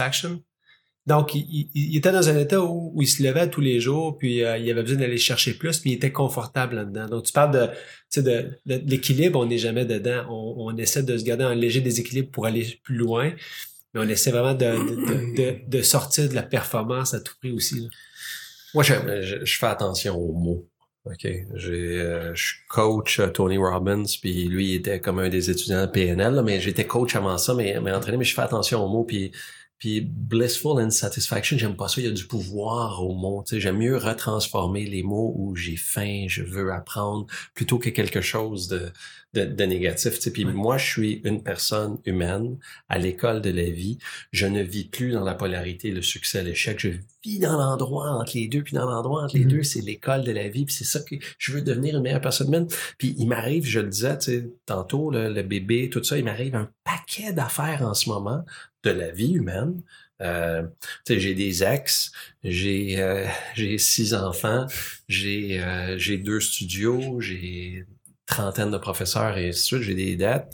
Donc, il, il, il était dans un état où, où il se levait tous les jours, puis euh, il avait besoin d'aller chercher plus, puis il était confortable là-dedans. Donc, tu parles de, tu sais, de, de, de l'équilibre, on n'est jamais dedans. On, on essaie de se garder un léger déséquilibre pour aller plus loin, mais on essaie vraiment de, de, de, de, de sortir de la performance à tout prix aussi, là. Moi, je, je, je fais attention aux mots. OK. J'ai, euh, je coach Tony Robbins, puis lui, il était comme un des étudiants de P N L, là, mais j'étais coach avant ça, mais, mais entraîné, mais je fais attention aux mots, puis Puis blissful insatisfaction, j'aime pas ça, il y a du pouvoir au mot. Tu sais, j'aime mieux retransformer les mots où j'ai faim, je veux apprendre, plutôt que quelque chose de, de, de négatif. Tu sais, puis oui. Moi, je suis une personne humaine à l'école de la vie. Je ne vis plus dans la polarité, le succès, l'échec. Je vis dans l'endroit entre les deux, puis dans l'endroit entre les mm-hmm. deux, c'est l'école de la vie. Puis c'est ça que je veux devenir une meilleure personne humaine. Puis il m'arrive, je le disais, tu sais, tantôt, le, le bébé, tout ça, il m'arrive un paquet d'affaires en ce moment de la vie humaine. Euh, tu sais, j'ai des ex, j'ai euh, j'ai six enfants, j'ai euh, j'ai deux studios, j'ai trentaine de professeurs et ainsi de suite, j'ai des dettes.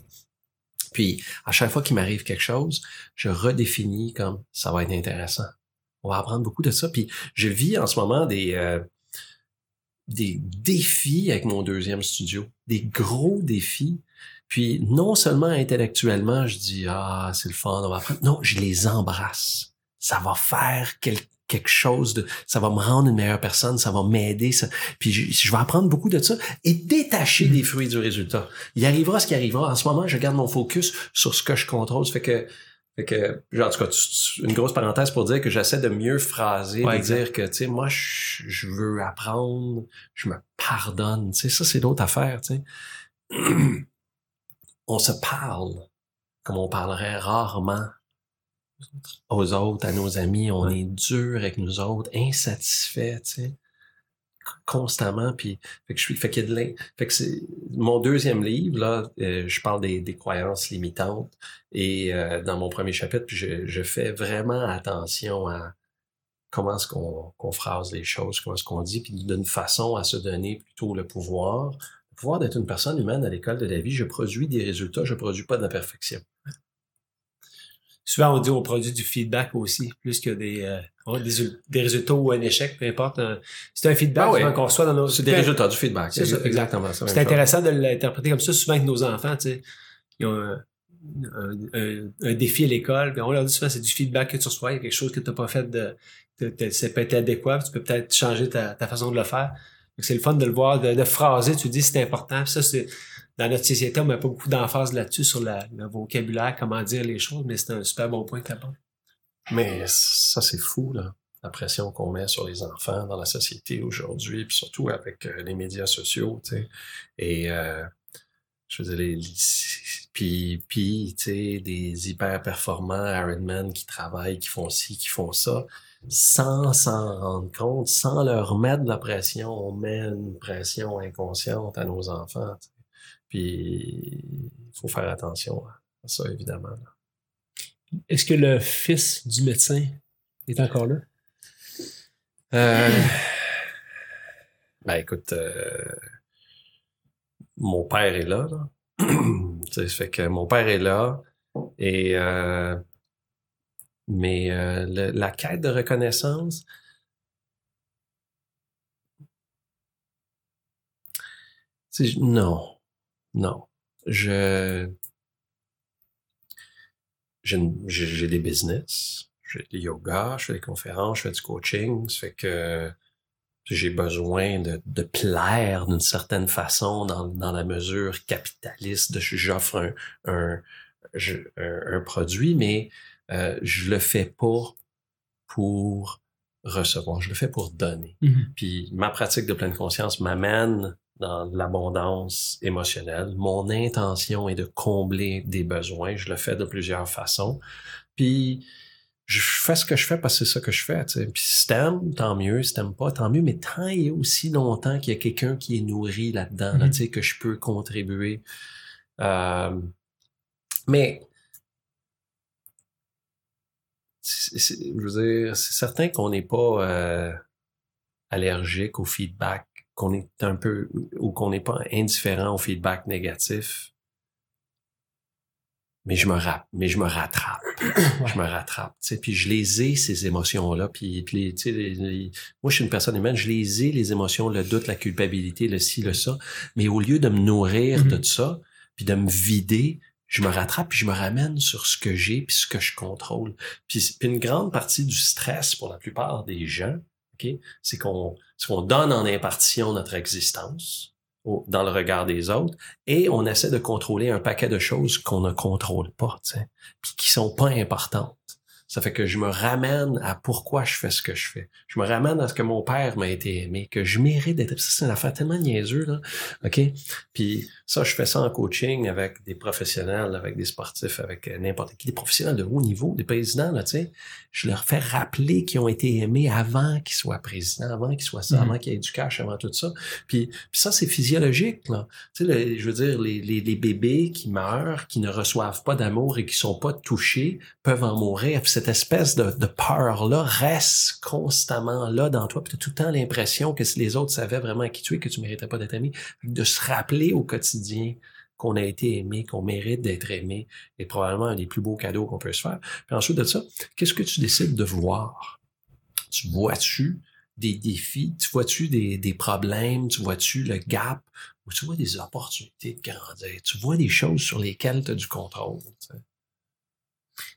Puis à chaque fois qu'il m'arrive quelque chose, je redéfinis comme ça va être intéressant. On va apprendre beaucoup de ça. Puis je vis en ce moment des euh, des défis avec mon deuxième studio, des gros défis. Puis, non seulement intellectuellement, je dis « Ah, c'est le fun, on va apprendre ». Non, je les embrasse. Ça va faire quel... quelque chose de, ça va me rendre une meilleure personne, ça va m'aider, ça, puis je, je vais apprendre beaucoup de ça et détacher des fruits du résultat. Il arrivera ce qui arrivera. En ce moment, je garde mon focus sur ce que je contrôle. Ça fait que, fait que, en tout cas, une grosse parenthèse pour dire que j'essaie de mieux phraser, ouais, de exact. Dire que, tu sais, moi, je, je veux apprendre, je me pardonne. Tu sais, ça, c'est l'autre affaire, tu sais. On se parle comme on parlerait rarement aux autres, à nos amis. On ouais. est dur avec nous autres, insatisfait, tu sais, constamment. Puis, fait que je suis, fait qu'il y a de l'in... Fait que c'est mon deuxième livre là. Euh, je parle des, des croyances limitantes et euh, dans mon premier chapitre, puis je, je fais vraiment attention à comment est-ce qu'on, qu'on phrase les choses, comment est-ce qu'on dit, puis d'une façon à se donner plutôt le pouvoir, le pouvoir d'être une personne humaine à l'école de la vie. Je produis des résultats, je produis pas de la perfection. Souvent, on dit on produit du feedback aussi, plus que des, euh, des, des résultats ou un échec, peu importe. Un, c'est un feedback ah oui. qu'on reçoit dans nos... C'est des résultats, du feedback. C'est ça, exactement. Ça, c'est intéressant chose. De l'interpréter comme ça, souvent avec nos enfants, tu sais. Ils ont un, un, un, un défi à l'école, puis on leur dit souvent c'est du feedback que tu reçois, il y a quelque chose que tu n'as pas fait, de, de, de, c'est peut-être adéquat, tu peux peut-être changer ta, ta façon de le faire. Donc, c'est le fun de le voir, de, de phraser, tu dis c'est important, puis ça, c'est... Dans notre société, on met pas beaucoup d'emphase là-dessus, sur la, le vocabulaire, comment dire les choses, mais c'est un super bon point que tu apportes. Mais ça, c'est fou, là. La pression qu'on met sur les enfants dans la société aujourd'hui, puis surtout avec euh, les médias sociaux, tu sais. Et, euh, je veux dire, les, les puis, puis, tu sais, des hyper performants Ironman qui travaillent, qui font ci, qui font ça, sans s'en rendre compte, sans leur mettre de la pression, on met une pression inconsciente à nos enfants, t'sais. Puis, il faut faire attention à ça, évidemment. Est-ce que le fils du médecin est encore là? Euh, ben, écoute, euh, mon père est là, là. Ça fait que mon père est là et euh, mais euh, le, la quête de reconnaissance, c'est, non. Non, je j'ai, une, j'ai, j'ai des business, j'ai des yoga, je fais des conférences, je fais du coaching, ça fait que j'ai besoin de, de plaire d'une certaine façon dans, dans la mesure capitaliste de j'offre un, un, un, un produit, mais euh, je le fais pas pour recevoir, je le fais pour donner. Mm-hmm. Puis ma pratique de pleine conscience m'amène dans l'abondance émotionnelle. Mon intention est de combler des besoins. Je le fais de plusieurs façons. Puis, je fais ce que je fais parce que c'est ça que je fais. T'sais. Puis si t'aimes, tant mieux. Si t'aimes pas, tant mieux. Mais tant il y a aussi longtemps qu'il y a quelqu'un qui est nourri là-dedans, mm-hmm. là, t'sais, que je peux contribuer. Euh, mais, c'est, c'est, je veux dire, c'est certain qu'on n'est pas euh, allergique au feedback, qu'on est un peu, ou qu'on n'est pas indifférent au feedback négatif. Mais je me rap, mais je me rattrape. Ouais. Je me rattrape, tu sais, puis je les ai, ces émotions-là, puis, puis tu sais, les, les, moi, je suis une personne humaine, je les ai, les émotions, le doute, la culpabilité, le ci, le ça, mais au lieu de me nourrir mm-hmm. de ça, puis de me vider, je me rattrape, puis je me ramène sur ce que j'ai, puis ce que je contrôle. Puis, puis une grande partie du stress, pour la plupart des gens, okay, c'est qu'on, c'est qu'on donne en impartition notre existence au, dans le regard des autres et on essaie de contrôler un paquet de choses qu'on ne contrôle pas, tu sais, puis qui sont pas importantes. Ça fait que je me ramène à pourquoi je fais ce que je fais. Je me ramène à ce que mon père m'a été aimé, que je mérite d'être... Ça, c'est une affaire tellement niaiseuse, là. OK? Puis ça, je fais ça en coaching avec des professionnels, avec des sportifs, avec n'importe qui, des professionnels de haut niveau, des présidents, là, tu sais. Je leur fais rappeler qu'ils ont été aimés avant qu'ils soient présidents, avant qu'ils soient ça, mm-hmm. avant qu'il y ait du cash, avant tout ça. Puis, puis ça, c'est physiologique, là. Tu sais, le, je veux dire, les, les, les bébés qui meurent, qui ne reçoivent pas d'amour et qui sont pas touchés, peuvent en mourir. Cette espèce de, de peur-là reste constamment là dans toi. Puis tu as tout le temps l'impression que si les autres savaient vraiment qui tu es, que tu méritais pas d'être aimé. De se rappeler au quotidien qu'on a été aimé, qu'on mérite d'être aimé, est probablement un des plus beaux cadeaux qu'on peut se faire. Puis ensuite de ça, qu'est-ce que tu décides de voir? Tu vois-tu des défis? Tu vois-tu des, des problèmes? Tu vois-tu le gap? Ou tu vois des opportunités de grandir? Tu vois des choses sur lesquelles tu as du contrôle, tu sais?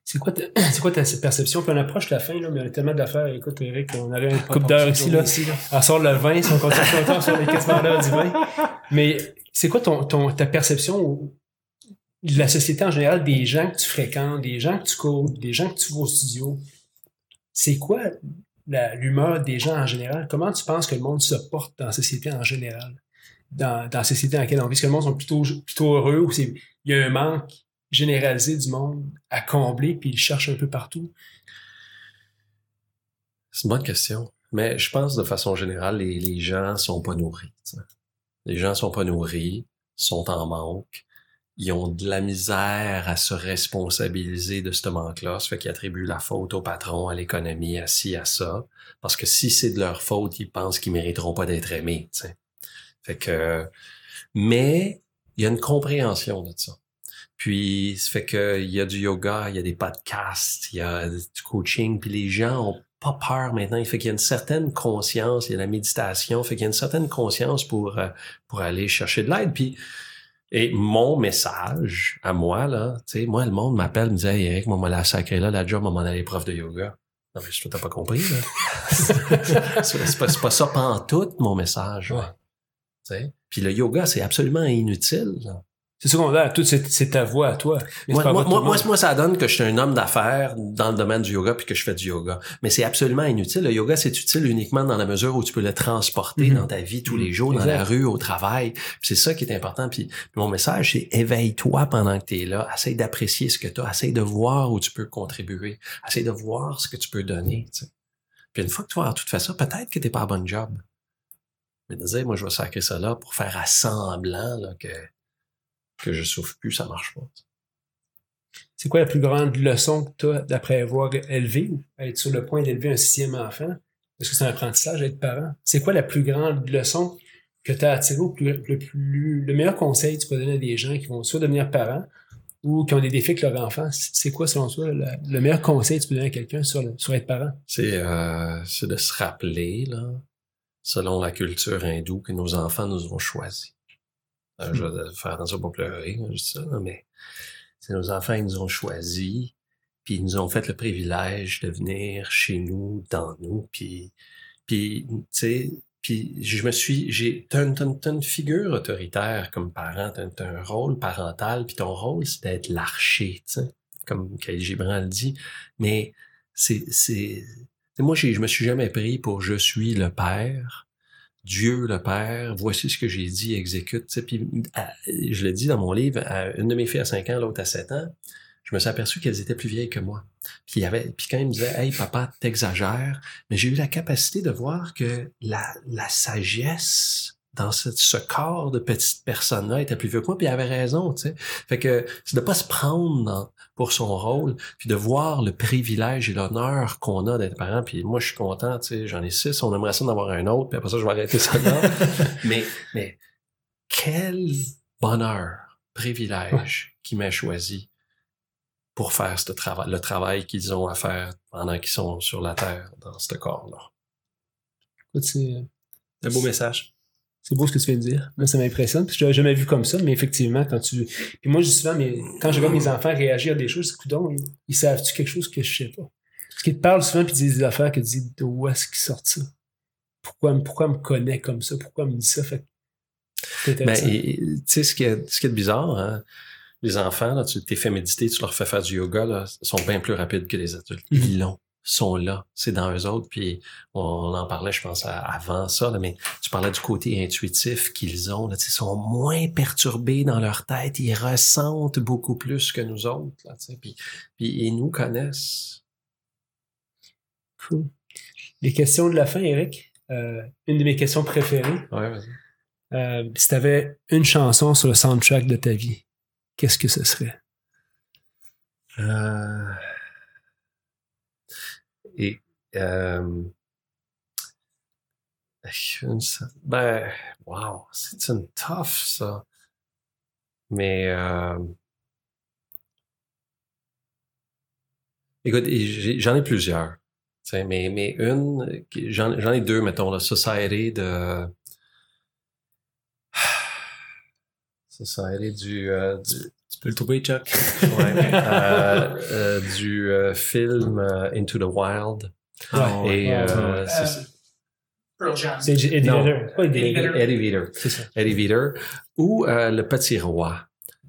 C'est quoi, ta, c'est quoi ta perception? Puis on approche la fin, là, mais on a tellement d'affaires. Écoute, Eric, on avait une couple d'heures ici, là. Ici, là. On sort le vin, si on continue longtemps sur les quasiment l'heure du vin. Mais c'est quoi ton, ton, ta perception de la société en général, des gens que tu fréquentes, des gens que tu cours, des gens que tu vas au studio? C'est quoi la, l'humeur des gens en général? Comment tu penses que le monde se porte dans la société en général? Dans, dans la société dans laquelle on vit? Est-ce que le monde sont plutôt, plutôt heureux ou c'est, il y a un manque généralisé du monde à combler puis ils cherchent un peu partout? C'est une bonne question. Mais je pense de façon générale, les, les gens sont pas nourris. T'sais. Les gens sont pas nourris, sont en manque. Ils ont de la misère à se responsabiliser de ce manque-là. Ça fait qu'ils attribuent la faute au patron, à l'économie, à ci, à ça. Parce que si c'est de leur faute, ils pensent qu'ils mériteront pas d'être aimés. T'sais. Fait que, mais il y a une compréhension de ça. Puis, ça fait que il y a du yoga, il y a des podcasts, il y a du coaching, puis les gens ont pas peur maintenant. Il fait qu'il y a une certaine conscience, il y a la méditation, fait qu'il y a une certaine conscience pour euh, pour aller chercher de l'aide. Puis, et mon message à moi là, tu sais, moi le monde m'appelle, me dit hey, Eric, moi moi la sacrée là, la job, moi m'en aller prof de yoga. Non mais toi t'as pas compris là. c'est, c'est pas c'est pas ça pantoute mon message. Ouais. Tu sais. Puis le yoga c'est absolument inutile. Là. C'est secondaire, tout c'est, c'est ta voix à toi. Moi, moi, moi, moi, moi, ça donne que je suis un homme d'affaires dans le domaine du yoga puis que je fais du yoga. Mais c'est absolument inutile. Le yoga, c'est utile uniquement dans la mesure où tu peux le transporter mm-hmm. dans ta vie tous les jours, exact. Dans la rue, au travail. Puis c'est ça qui est important. Puis, puis mon message, c'est éveille-toi pendant que tu es là. Essaye d'apprécier ce que tu as. Essaye de voir où tu peux contribuer. Essaye de voir ce que tu peux donner. Tu sais. Puis une fois que tu vas avoir tout fait ça, peut-être que t'es pas à bon job. Mais de dire, moi, je vais sacrer ça là pour faire à semblant là, que que je souffre plus, ça marche pas. C'est quoi la plus grande leçon que tu as d'après avoir élevé ou être sur le point d'élever un sixième enfant? Est-ce que c'est un apprentissage d'être parent? C'est quoi la plus grande leçon que tu as attirée ou le, le, plus, le meilleur conseil que tu peux donner à des gens qui vont soit devenir parents ou qui ont des défis avec leur enfant? C'est quoi, selon toi, le, le meilleur conseil que tu peux donner à quelqu'un sur, le, sur être parent? C'est, euh, c'est de se rappeler, là, selon la culture hindoue, que nos enfants nous ont choisis. Euh, je vais faire attention pour pleurer, je dis ça, mais c'est nos enfants, ils nous ont choisis, puis ils nous ont fait le privilège de venir chez nous, dans nous, puis, puis tu sais, puis je me suis, j'ai, t'as une, t'as une, t'as une figure autoritaire comme parent, t'as, t'as un rôle parental, puis ton rôle, c'est d'être l'archer, tu sais, comme Khalil Gibran le dit, mais c'est, c'est, moi, j'ai, je me suis jamais pris pour je suis le père, Dieu le Père, voici ce que j'ai dit, exécute. Tu sais, puis, je le dis dans mon livre, à une de mes filles à cinq ans, l'autre à sept ans, je me suis aperçu qu'elles étaient plus vieilles que moi. Puis, il y avait, puis quand ils me disaient « Hey, papa, t'exagères », mais j'ai eu la capacité de voir que la, la sagesse dans ce, ce corps de petite personne-là était plus vieux que moi, puis il avait raison, tu sais. Fait que c'est de pas se prendre dans, pour son rôle, puis de voir le privilège et l'honneur qu'on a d'être parent. Puis moi, je suis content, tu sais, j'en ai six, on aimerait ça d'en avoir un autre, puis après ça, je vais arrêter ça là. mais, mais quel bonheur, privilège qui m'a choisi pour faire ce travail, le travail qu'ils ont à faire pendant qu'ils sont sur la terre, dans ce corps-là. Écoute, c'est un beau message. C'est beau ce que tu viens de dire. Moi, ça m'impressionne, parce que je l'avais jamais vu comme ça, mais effectivement, quand tu... Puis moi, je dis souvent, mais quand je vois mes enfants réagir à des choses, c'est coudonc, ils, ils savent-tu quelque chose que je sais pas? Parce qu'ils te parlent souvent, puis ils disent des affaires que tu dis, d'où est-ce qu'ils sortent ça? Pourquoi, pourquoi ils me connaissent comme ça? Pourquoi ils me disent ça? Fait que ben, tu sais, ce qui est, ce qui est bizarre, hein? Les enfants, là, tu t'es fait méditer, tu leur fais faire du yoga, là, sont bien plus rapides que les adultes. Mm-hmm. Ils l'ont. Sont là, c'est dans eux autres, puis on en parlait, je pense, avant ça, là, mais tu parlais du côté intuitif qu'ils ont, là, ils sont moins perturbés dans leur tête, ils ressentent beaucoup plus que nous autres, là, puis, puis ils nous connaissent. Cool. Les questions de la fin, Eric, euh, une de mes questions préférées. Ouais, vas-y. Euh, si tu avais une chanson sur le soundtrack de ta vie, qu'est-ce que ce serait? Euh... Et, euh, ben, wow, c'est une tough, ça. Mais, euh, écoute, j'en ai plusieurs. Mais, mais une, j'en, j'en ai deux, mettons, la Society de, Society du, euh, du Tu peux le trouver, Chuck. ouais. euh, euh, du euh, film euh, Into the Wild. Ah, ouais. Et, euh, euh, c'est, Pearl Jam. C'est Eddie Vedder. Pas Eddie Eddie Vedder. Vedder. Eddie Vedder. C'est ça. Eddie Vedder. Ou euh, Le Petit Roi.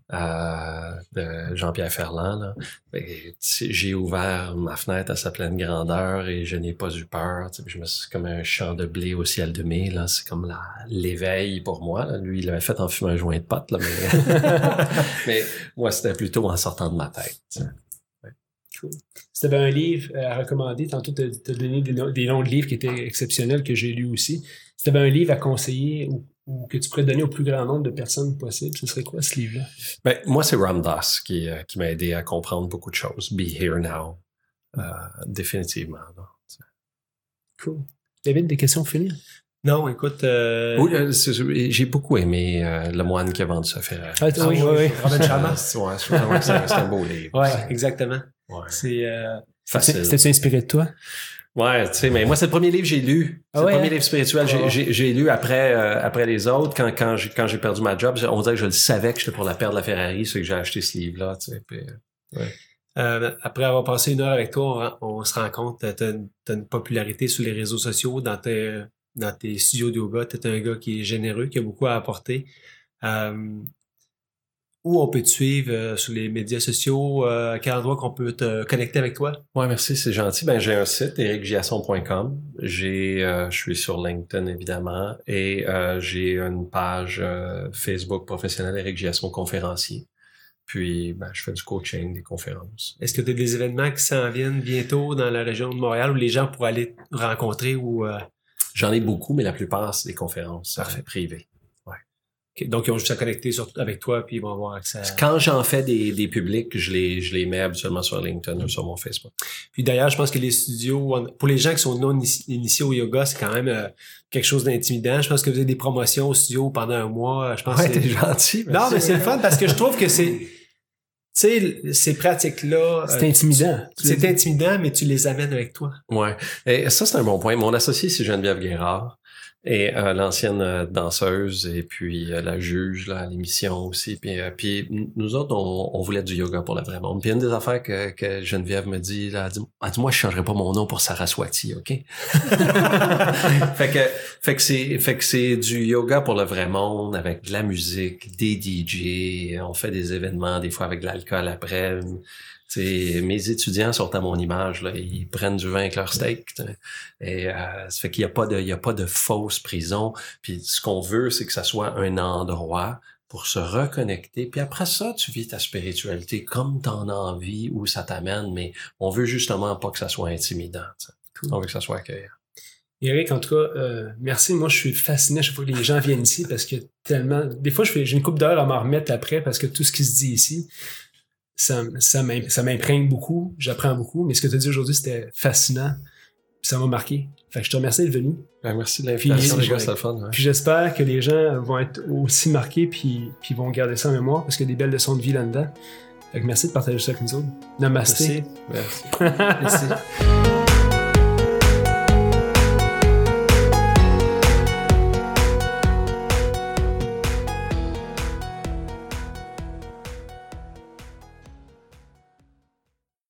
Euh, de Jean-Pierre Ferland. Là. Et, j'ai ouvert ma fenêtre à sa pleine grandeur et je n'ai pas eu peur. Je me suis comme un champ de blé au ciel de mai. Là. C'est comme la, l'éveil pour moi. Là. Lui, il l'avait fait en fumant un joint de pote. Là, mais... mais moi, c'était plutôt en sortant de ma tête. Ouais. Cool. Si tu avais un livre à recommander, tantôt tu as donné des, des noms de livres qui étaient exceptionnels que j'ai lus aussi. Si tu avais un livre à conseiller ou ou que tu pourrais donner au plus grand nombre de personnes possible, ce serait quoi ce livre-là? Ben, moi, c'est Ram Dass qui, euh, qui m'a aidé à comprendre beaucoup de choses. Be Here Now. Euh, définitivement. Non. Cool. David, des questions pour finir? Non, écoute... Euh... Oui, euh, j'ai beaucoup aimé euh, Le Moine qui a vendu sa Ferrari. Ah, oui, oui, oui. Robin Sharma. Ouais, je trouve vraiment que c'est, c'est un beau livre. Ouais, exactement. Ouais. C'est... Euh... Facile. C'était-tu inspiré de toi? Ouais, tu sais, mais moi, c'est le premier livre que j'ai lu. C'est ah ouais, le premier hein? livre spirituel que j'ai, j'ai, j'ai lu après euh, après les autres. Quand, quand, j'ai, quand j'ai perdu ma job, on dirait que je le savais que j'étais pour la perdre la Ferrari, c'est que j'ai acheté ce livre-là, tu sais. Puis, ouais. euh, après avoir passé une heure avec toi, on, on se rend compte que t'as une, t'as une popularité sur les réseaux sociaux, dans tes, dans tes studios de yoga. T'es un gars qui est généreux, qui a beaucoup à apporter. Euh, Où on peut te suivre euh, sur les médias sociaux? Euh, quel endroit qu'on peut te connecter avec toi? Ouais, merci, c'est gentil. Ben, j'ai un site, eric giasson point com. J'ai, euh, je suis sur LinkedIn, évidemment. Et euh, j'ai une page euh, Facebook professionnelle, Éric Giasson, conférencier. Puis, ben, je fais du coaching, des conférences. Est-ce que tu as des événements qui s'en viennent bientôt dans la région de Montréal où les gens pourraient aller te rencontrer ou... Euh... J'en ai beaucoup, mais la plupart, c'est des conférences euh, privées. Okay. Donc, ils ont juste à connecter sur, avec toi puis ils vont avoir accès à... Quand j'en fais des, des publics, je les, je les mets habituellement sur LinkedIn ou sur mon Facebook. Puis d'ailleurs, je pense que les studios, pour les gens qui sont non initiés au yoga, c'est quand même euh, quelque chose d'intimidant. Je pense que vous avez des promotions au studio pendant un mois. Je pense ouais, que c'est... t'es gentil. Non, mais c'est le fun parce que je trouve que c'est... Tu sais, ces pratiques-là... C'est euh, intimidant. Tu, c'est intimidant, mais tu les amènes avec toi. Ouais. Et ça, c'est un bon point. Mon associé, c'est Geneviève Guérard. Et euh, l'ancienne euh, danseuse et puis euh, la juge là, à l'émission aussi. Puis, euh, puis nous autres, on, on voulait du yoga pour le vrai monde. Puis une des affaires que, que Geneviève me dit, là, elle dit, elle dit, moi, je changerais pas mon nom pour Saraswati, OK? fait que, fait que c'est, fait que c'est du yoga pour le vrai monde avec de la musique, des D J. On fait des événements, des fois avec de l'alcool après. T'sais, mes étudiants sont à mon image, là, ils prennent du vin avec leur steak. T'sais. Et euh, ça fait qu'il n'y a pas de, il y a pas de fausse prison. Puis ce qu'on veut, c'est que ça soit un endroit pour se reconnecter. Puis après ça, tu vis ta spiritualité comme t'en as envie, où ça t'amène. Mais on veut justement pas que ça soit intimidant. Cool. On veut que ça soit accueillant. Éric, en tout cas, euh, merci. Moi, je suis fasciné à chaque fois que les gens viennent ici parce que tellement... Des fois, je fais, j'ai une couple d'heures à m'en remettre après parce que tout ce qui se dit ici... Ça, ça, ça m'imprègne beaucoup, j'apprends beaucoup, mais ce que tu as dit aujourd'hui, c'était fascinant, ça m'a marqué. Fait que je te remercie d'être venu. Ben, merci de l'invitation, puis, les gars, c'est le fun. Ouais. Puis j'espère que les gens vont être aussi marqués puis, puis vont garder ça en mémoire parce qu'il y a des belles leçons de vie là-dedans. Fait que merci de partager ça avec nous autres. Namasté. Merci. Merci. Merci.